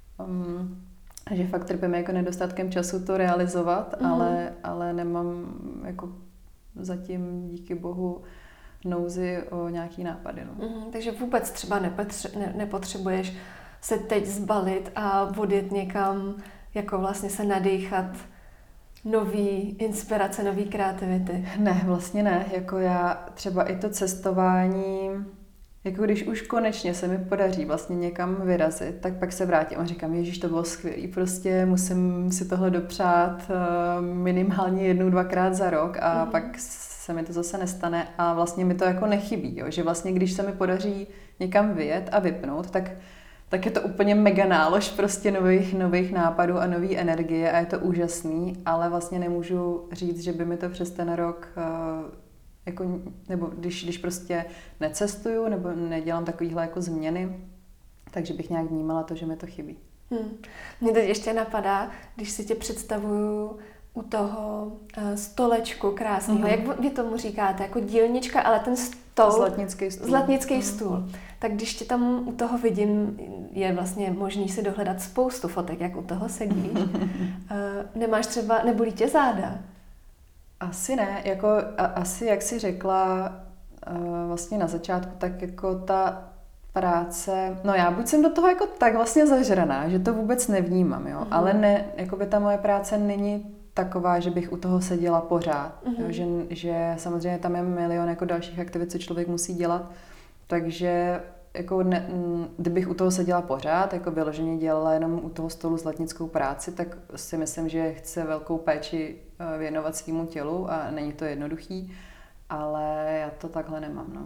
že fakt trpím jako nedostatkem času to realizovat, ale nemám jako zatím díky bohu nouzi o nějaký nápady. No. Takže vůbec třeba nepotřebuješ se teď zbalit a odjet někam, jako vlastně se nadýchat nový inspirace, nový kreativity. Ne, vlastně ne. Jako já třeba i to cestování, jako když už konečně se mi podaří vlastně někam vyrazit, tak pak se vrátím a říkám, ježiš, to bylo skvělý, prostě musím si tohle dopřát minimálně 1-2krát za rok a pak se mi to zase nestane a vlastně mi to jako nechybí, jo? Že vlastně když se mi podaří někam vyjet a vypnout, tak je to úplně mega nálož prostě nových nápadů a nový energie a je to úžasný, ale vlastně nemůžu říct, že by mi to přes ten rok jako, nebo když prostě necestuju nebo nedělám takovýhle jako změny, takže bych nějak vnímala to, že mi to chybí. Mně teď ještě napadá, když si tě představuju u toho stolečku krásného, jak vy tomu říkáte, jako dílnička, ale ten stůl, zlatnický stůl. Tak když tě tam u toho vidím, je vlastně možný si dohledat spoustu fotek, jak u toho sedíš. Nemáš třeba, nebolí tě záda? Asi ne, jako asi jak jsi řekla vlastně na začátku, tak jako ta práce, no já buď jsem do toho jako tak vlastně zažraná, že to vůbec nevnímám, jo, ale ne, jako by ta moje práce není taková, že bych u toho seděla pořád, jo, že samozřejmě tam je milion jako dalších aktivit, co člověk musí dělat, takže jako kdybych u toho seděla pořád, jako vyloženě dělala jenom u toho stolu zlatnickou práci, tak si myslím, že chce velkou péči věnovat svýmu tělu a není to jednoduchý, ale já to takhle nemám, no.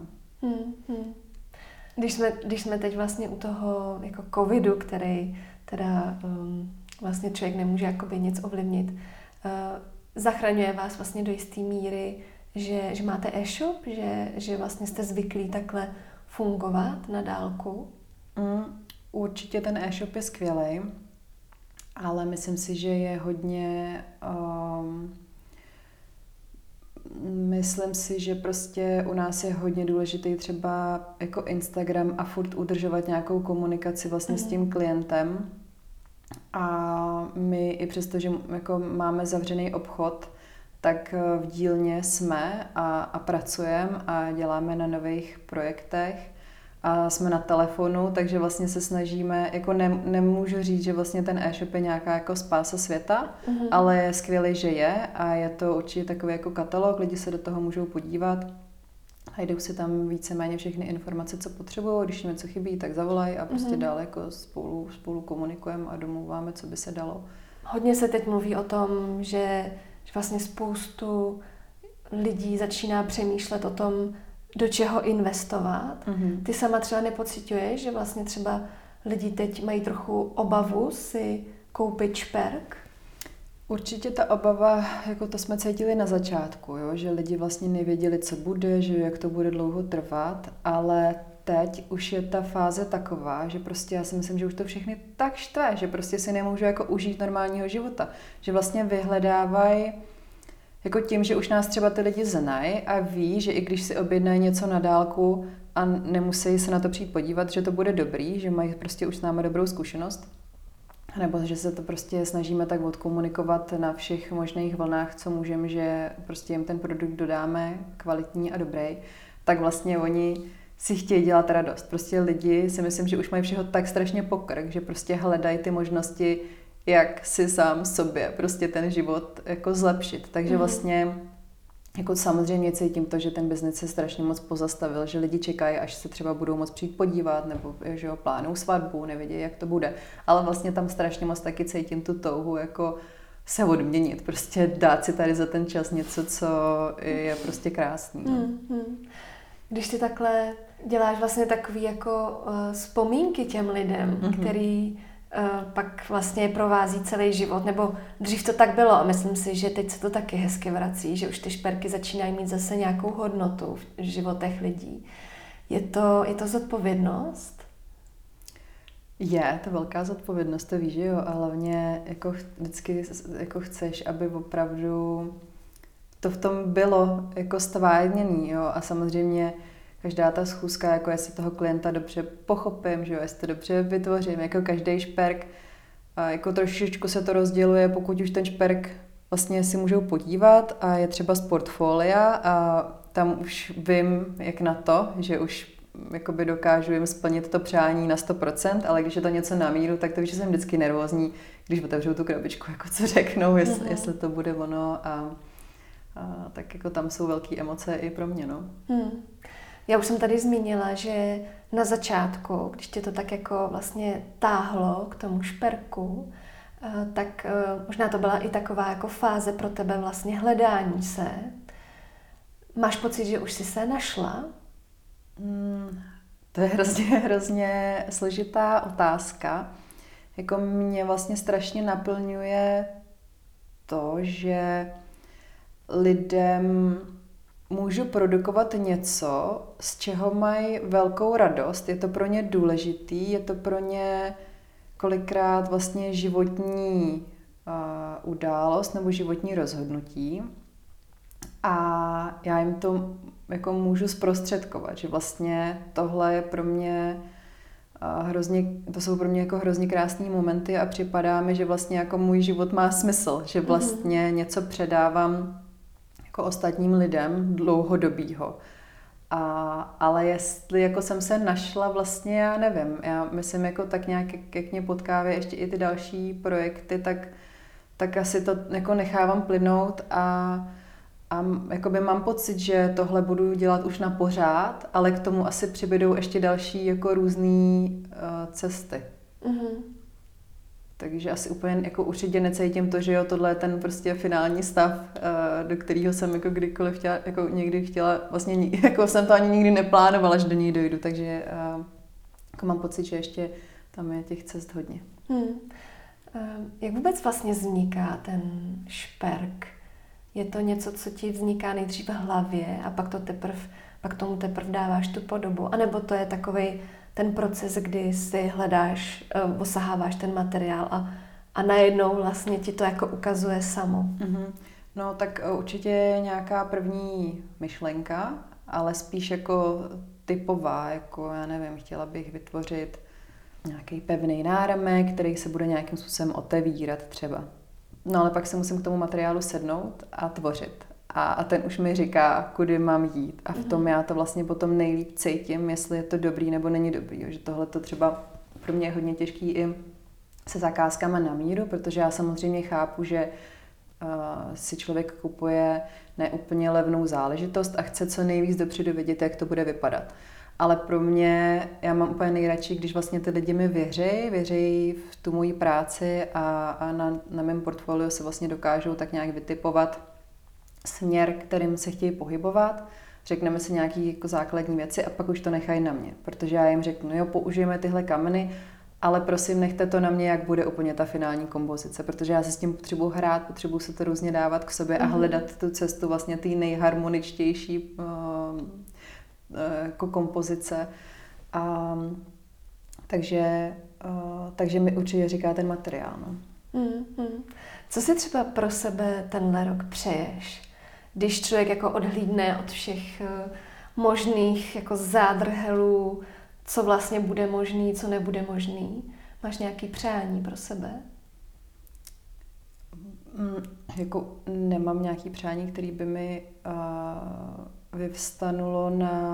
Když jsme teď vlastně u toho jako covidu, který teda vlastně člověk nemůže jakoby nic ovlivnit, zachraňuje vás vlastně do jisté míry, že máte e-shop, že vlastně jste zvyklí takhle fungovat na dálku? Určitě ten e-shop je skvělej, ale myslím si, že je hodně... myslím si, že prostě u nás je hodně důležitý třeba jako Instagram a furt udržovat nějakou komunikaci vlastně s tím klientem. A my i přesto, že jako máme zavřený obchod, tak v dílně jsme a pracujeme a děláme na nových projektech a jsme na telefonu, takže vlastně se snažíme, jako nemůžu říct, že vlastně ten e-shop je nějaká jako spása světa, ale je skvělý, že je a je to určitě takový jako katalog, lidi se do toho můžou podívat a jdou si tam víceméně všechny informace, co potřebují, když jim něco chybí, tak zavolají a prostě dál jako spolu komunikujeme a domlouváme, co by se dalo. Hodně se teď mluví o tom, že vlastně spoustu lidí začíná přemýšlet o tom, do čeho investovat. Ty sama třeba nepociťuješ, že vlastně třeba lidi teď mají trochu obavu si koupit šperk? Určitě ta obava, jako to jsme cítili na začátku, jo? Že lidi vlastně nevěděli, co bude, že jak to bude dlouho trvat, ale teď už je ta fáze taková, že prostě já si myslím, že už to všechny tak štve, že prostě si nemůžu jako užít normálního života. Že vlastně vyhledávají jako tím, že už nás třeba ty lidi znají a ví, že i když si objednají něco na dálku a nemusí se na to přijít podívat, že to bude dobrý, že mají prostě už s námi dobrou zkušenost, nebo že se to prostě snažíme tak odkomunikovat na všech možných vlnách, co můžeme, že prostě jim ten produkt dodáme kvalitní a dobrý, tak vlastně oni si chtějí dělat radost. Prostě lidi si myslím, že už mají všeho tak strašně pokrk, že prostě hledají ty možnosti, jak si sám sobě prostě ten život jako zlepšit. Takže vlastně jako samozřejmě cítím to, že ten biznes se strašně moc pozastavil, že lidi čekají, až se třeba budou moc přijít podívat, nebo že jo, plánují svatbu, nevědí, jak to bude. Ale vlastně tam strašně moc taky cítím tu touhu jako se odměnit, prostě dát si tady za ten čas něco, co je prostě krásný. Když ty takhle děláš vlastně takový jako vzpomínky těm lidem, který pak vlastně provází celý život, nebo dřív to tak bylo a myslím si, že teď se to taky hezky vrací, že už ty šperky začínají mít zase nějakou hodnotu v životech lidí. Je to zodpovědnost? Je to velká zodpovědnost, to víš, že jo, a hlavně jako vždycky jako chceš, aby opravdu to v tom bylo jako stvárněný, jo, a samozřejmě každá ta schůzka, jako jestli toho klienta dobře pochopím, že jo, jestli to dobře vytvořím, jako každý šperk, jako trošičku se to rozděluje, pokud už ten šperk vlastně si můžou podívat a je třeba z portfolia a tam už vím, jak na to, že už jakoby dokážu jim splnit to přání na 100%, ale když je to něco na míru, tak to víš, že jsem vždycky nervózní, když otevřu tu krabičku, jako co řeknou, jestli to bude ono a tak jako tam jsou velké emoce i pro mě, no. Já už jsem tady zmínila, že na začátku, když tě to tak jako vlastně táhlo k tomu šperku, tak možná to byla i taková jako fáze pro tebe vlastně hledání se. Máš pocit, že už jsi se našla? To je hrozně složitá otázka. Jako mě vlastně strašně naplňuje to, že lidem můžu produkovat něco, z čeho mají velkou radost. Je to pro ně důležitý, je to pro ně kolikrát vlastně životní událost nebo životní rozhodnutí. A já jim to jako můžu zprostředkovat, že vlastně tohle je pro mě to jsou pro mě jako hrozně krásné momenty a připadá mi, že vlastně jako můj život má smysl, že vlastně něco předávám jako ostatním lidem dlouhodobýho. Ale jestli jako jsem se našla vlastně, já nevím, já myslím jako tak nějak, jak mě potkávají ještě i ty další projekty, tak asi to jako nechávám plynout a jakoby mám pocit, že tohle budu dělat už na pořád, ale k tomu asi přibydou ještě další jako různé cesty. Takže asi úplně jako určitě necítím to, že jo, tohle je ten prostě finální stav, do kterého jsem jako kdykoliv chtěla, jako někdy chtěla, vlastně jako jsem to ani nikdy neplánovala, že do něj dojdu, takže jako mám pocit, že ještě tam je těch cest hodně. Jak vůbec vlastně vzniká ten šperk? Je to něco, co ti vzniká nejdřív v hlavě a pak tomu teprve dáváš tu podobu? A nebo to je takovej ten proces, kdy si hledáš, osaháváš ten materiál a najednou vlastně ti to jako ukazuje samo? No tak určitě je nějaká první myšlenka, ale spíš jako typová, jako já nevím, chtěla bych vytvořit nějaký pevný náramek, který se bude nějakým způsobem otevírat třeba. No ale pak se musím k tomu materiálu sednout a tvořit. A ten už mi říká, kudy mám jít. A v tom já to vlastně potom nejlíp cítím, jestli je to dobrý nebo není dobrý. Že tohle to třeba pro mě je hodně těžký i se zakázkama na míru, protože já samozřejmě chápu, že si člověk kupuje neúplně levnou záležitost a chce co nejvíc dopředu vědět, jak to bude vypadat. Ale pro mě, já mám úplně nejradši, když vlastně ty lidi mi věří v tu moji práci a na mém portfoliu se vlastně dokážou tak nějak vytipovat směr, kterým se chtějí pohybovat. Řekneme si nějaké jako základní věci a pak už to nechají na mě. Protože já jim řeknu, jo, použijeme tyhle kameny, ale prosím, nechte to na mě, jak bude úplně ta finální kompozice, protože já se s tím potřebuji hrát, potřebuji se to různě dávat k sobě a hledat tu cestu vlastně té nejharmoničtější jako kompozice. Takže mi určitě říká ten materiál. No. Co si třeba pro sebe tenhle rok přeješ? Když člověk jako odhlídne od všech možných jako zádrhelů, co vlastně bude možný, co nebude možný. Máš nějaké přání pro sebe? Jako nemám nějaké přání, které by mi vyvstanulo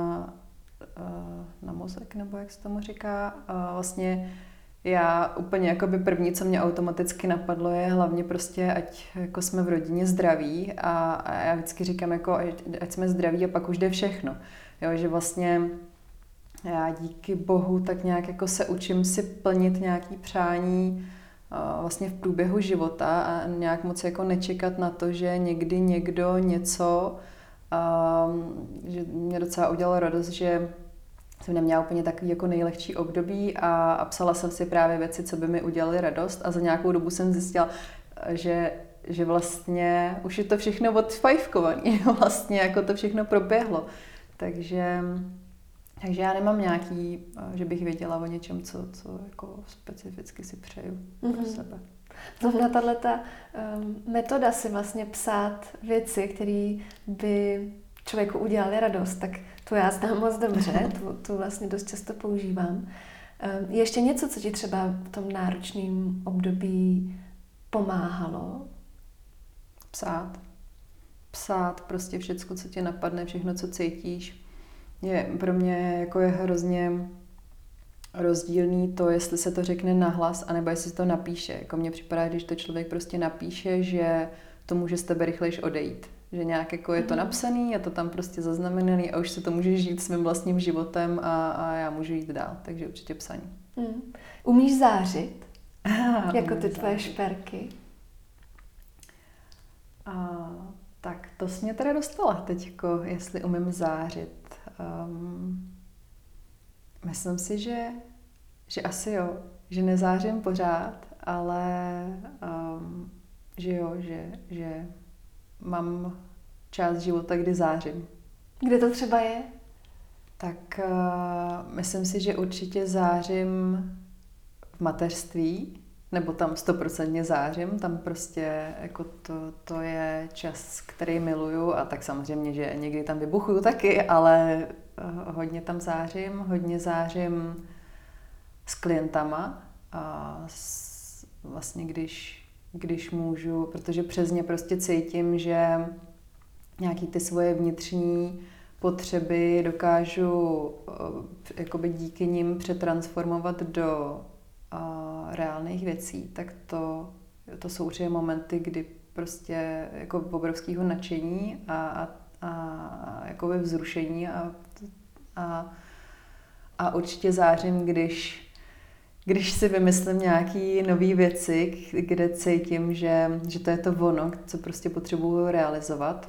na mozek, nebo jak se tomu říká. Vlastně já úplně jakoby první, co mě automaticky napadlo, je hlavně prostě, ať jako jsme v rodině zdraví a já vždycky říkám, jako, ať jsme zdraví a pak už jde všechno. Jo, že vlastně já díky Bohu tak nějak jako se učím si plnit nějaký přání vlastně v průběhu života a nějak moc jako nečekat na to, že někdy někdo něco že mě docela udělalo radost, že jsem neměla úplně takový jako nejlehčí období a psala jsem si právě věci, co by mi udělaly radost a za nějakou dobu jsem zjistila, že vlastně už je to všechno odfajfkované, vlastně jako to všechno proběhlo. Takže já nemám nějaký, že bych věděla o něčem, co jako specificky si přeju pro sebe. Znamená tato metoda si vlastně psát věci, které by člověku udělaly radost, tak to já znám moc dobře, tu vlastně dost často používám. Je ještě něco, co ti třeba v tom náročném období pomáhalo? Psát prostě všecko, co ti napadne, všechno, co cítíš. Pro mě jako je hrozně rozdílný to, jestli se to řekne nahlas, anebo jestli se to napíše. Jako mně připadá, když to člověk prostě napíše, že to může z tebe rychlejš odejít. Že nějak jako je to napsaný, je to tam prostě zaznamenaný a už se to může žít svým vlastním životem a já můžu jít dál. Takže určitě psaní. Umíš zářit? Jako ty tvoje šperky? Tak to jsi mě teda dostala teďko, jestli umím zářit. Myslím si, že asi jo, že nezářím pořád, ale že jo, že mám část života, kdy zářím. Kde to třeba je? Tak myslím si, že určitě zářím v mateřství, nebo tam 100% zářím, tam prostě jako to je čas, který miluju a tak samozřejmě, že někdy tam vybuchuju taky, ale hodně tam zářím, hodně zářím s klientama a vlastně když můžu, protože přes ně prostě cítím, že nějaký ty svoje vnitřní potřeby dokážu jakoby díky nim přetransformovat do reálných věcí, tak to jsou určitě momenty, kdy prostě jako obrovského nadšení a jakoby vzrušení a určitě zářím, když si vymyslím nějaký nový věci, kde cítím, že to je to ono, co prostě potřebuju realizovat.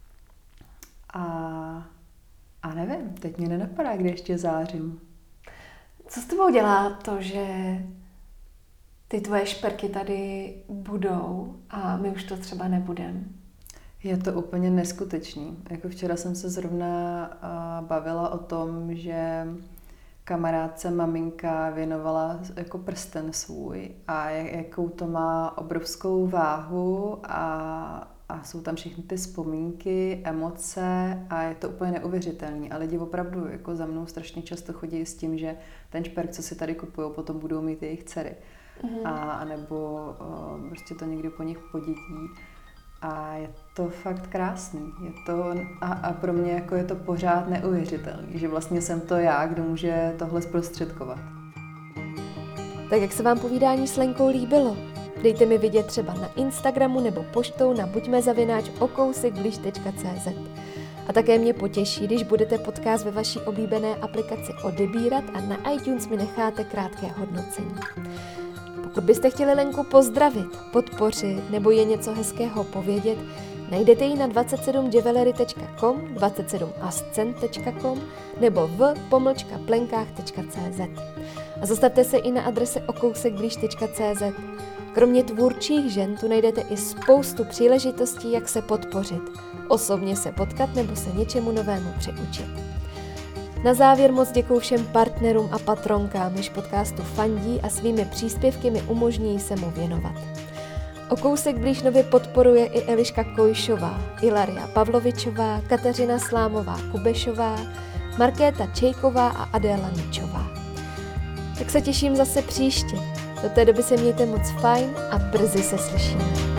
A nevím, teď mě nenapadá, kde ještě zářím. Co s tebou dělá to, že ty tvoje šperky tady budou a my už to třeba nebudeme? Je to úplně neskutečný. Jako včera jsem se zrovna bavila o tom, že kamarádce maminka věnovala jako prsten svůj a jakou to má obrovskou váhu a jsou tam všechny ty vzpomínky, emoce a je to úplně neuvěřitelné. A lidi opravdu jako za mnou strašně často chodí s tím, že ten šperk, co si tady kupujou, potom budou mít jejich dcery. A nebo prostě to někdo po nich podědí. A je to fakt krásný. Je to, a pro mě jako je to pořád neuvěřitelný, že vlastně jsem to já, kdo může tohle zprostředkovat. Tak jak se vám povídání s Lenkou líbilo? Dejte mi vidět třeba na Instagramu nebo poštou na buďmezavinač@okousekbliž.cz. A také mě potěší, když budete podcast ve vaší oblíbené aplikaci odebírat a na iTunes mi necháte krátké hodnocení. Pokud byste chtěli Lenku pozdravit, podpořit nebo je něco hezkého povědět, najdete ji na 27jewelry.com, 27ascent.com nebo v-plenkách.cz. A zastavte se i na adrese okousekbliž.cz. Kromě tvůrčích žen tu najdete i spoustu příležitostí, jak se podpořit, osobně se potkat nebo se něčemu novému přiučit. Na závěr moc děkuju všem partnerům a patronkám, jež podcastu fandí a svými příspěvky mi umožní se mu věnovat. O kousek blíž nově podporuje i Eliška Kojšová, Ilaria Pavlovičová, Kateřina Slámová-Kubešová, Markéta Čejková a Adéla Ničová. Tak se těším zase příště. Do té doby se mějte moc fajn a brzy se slyšíme.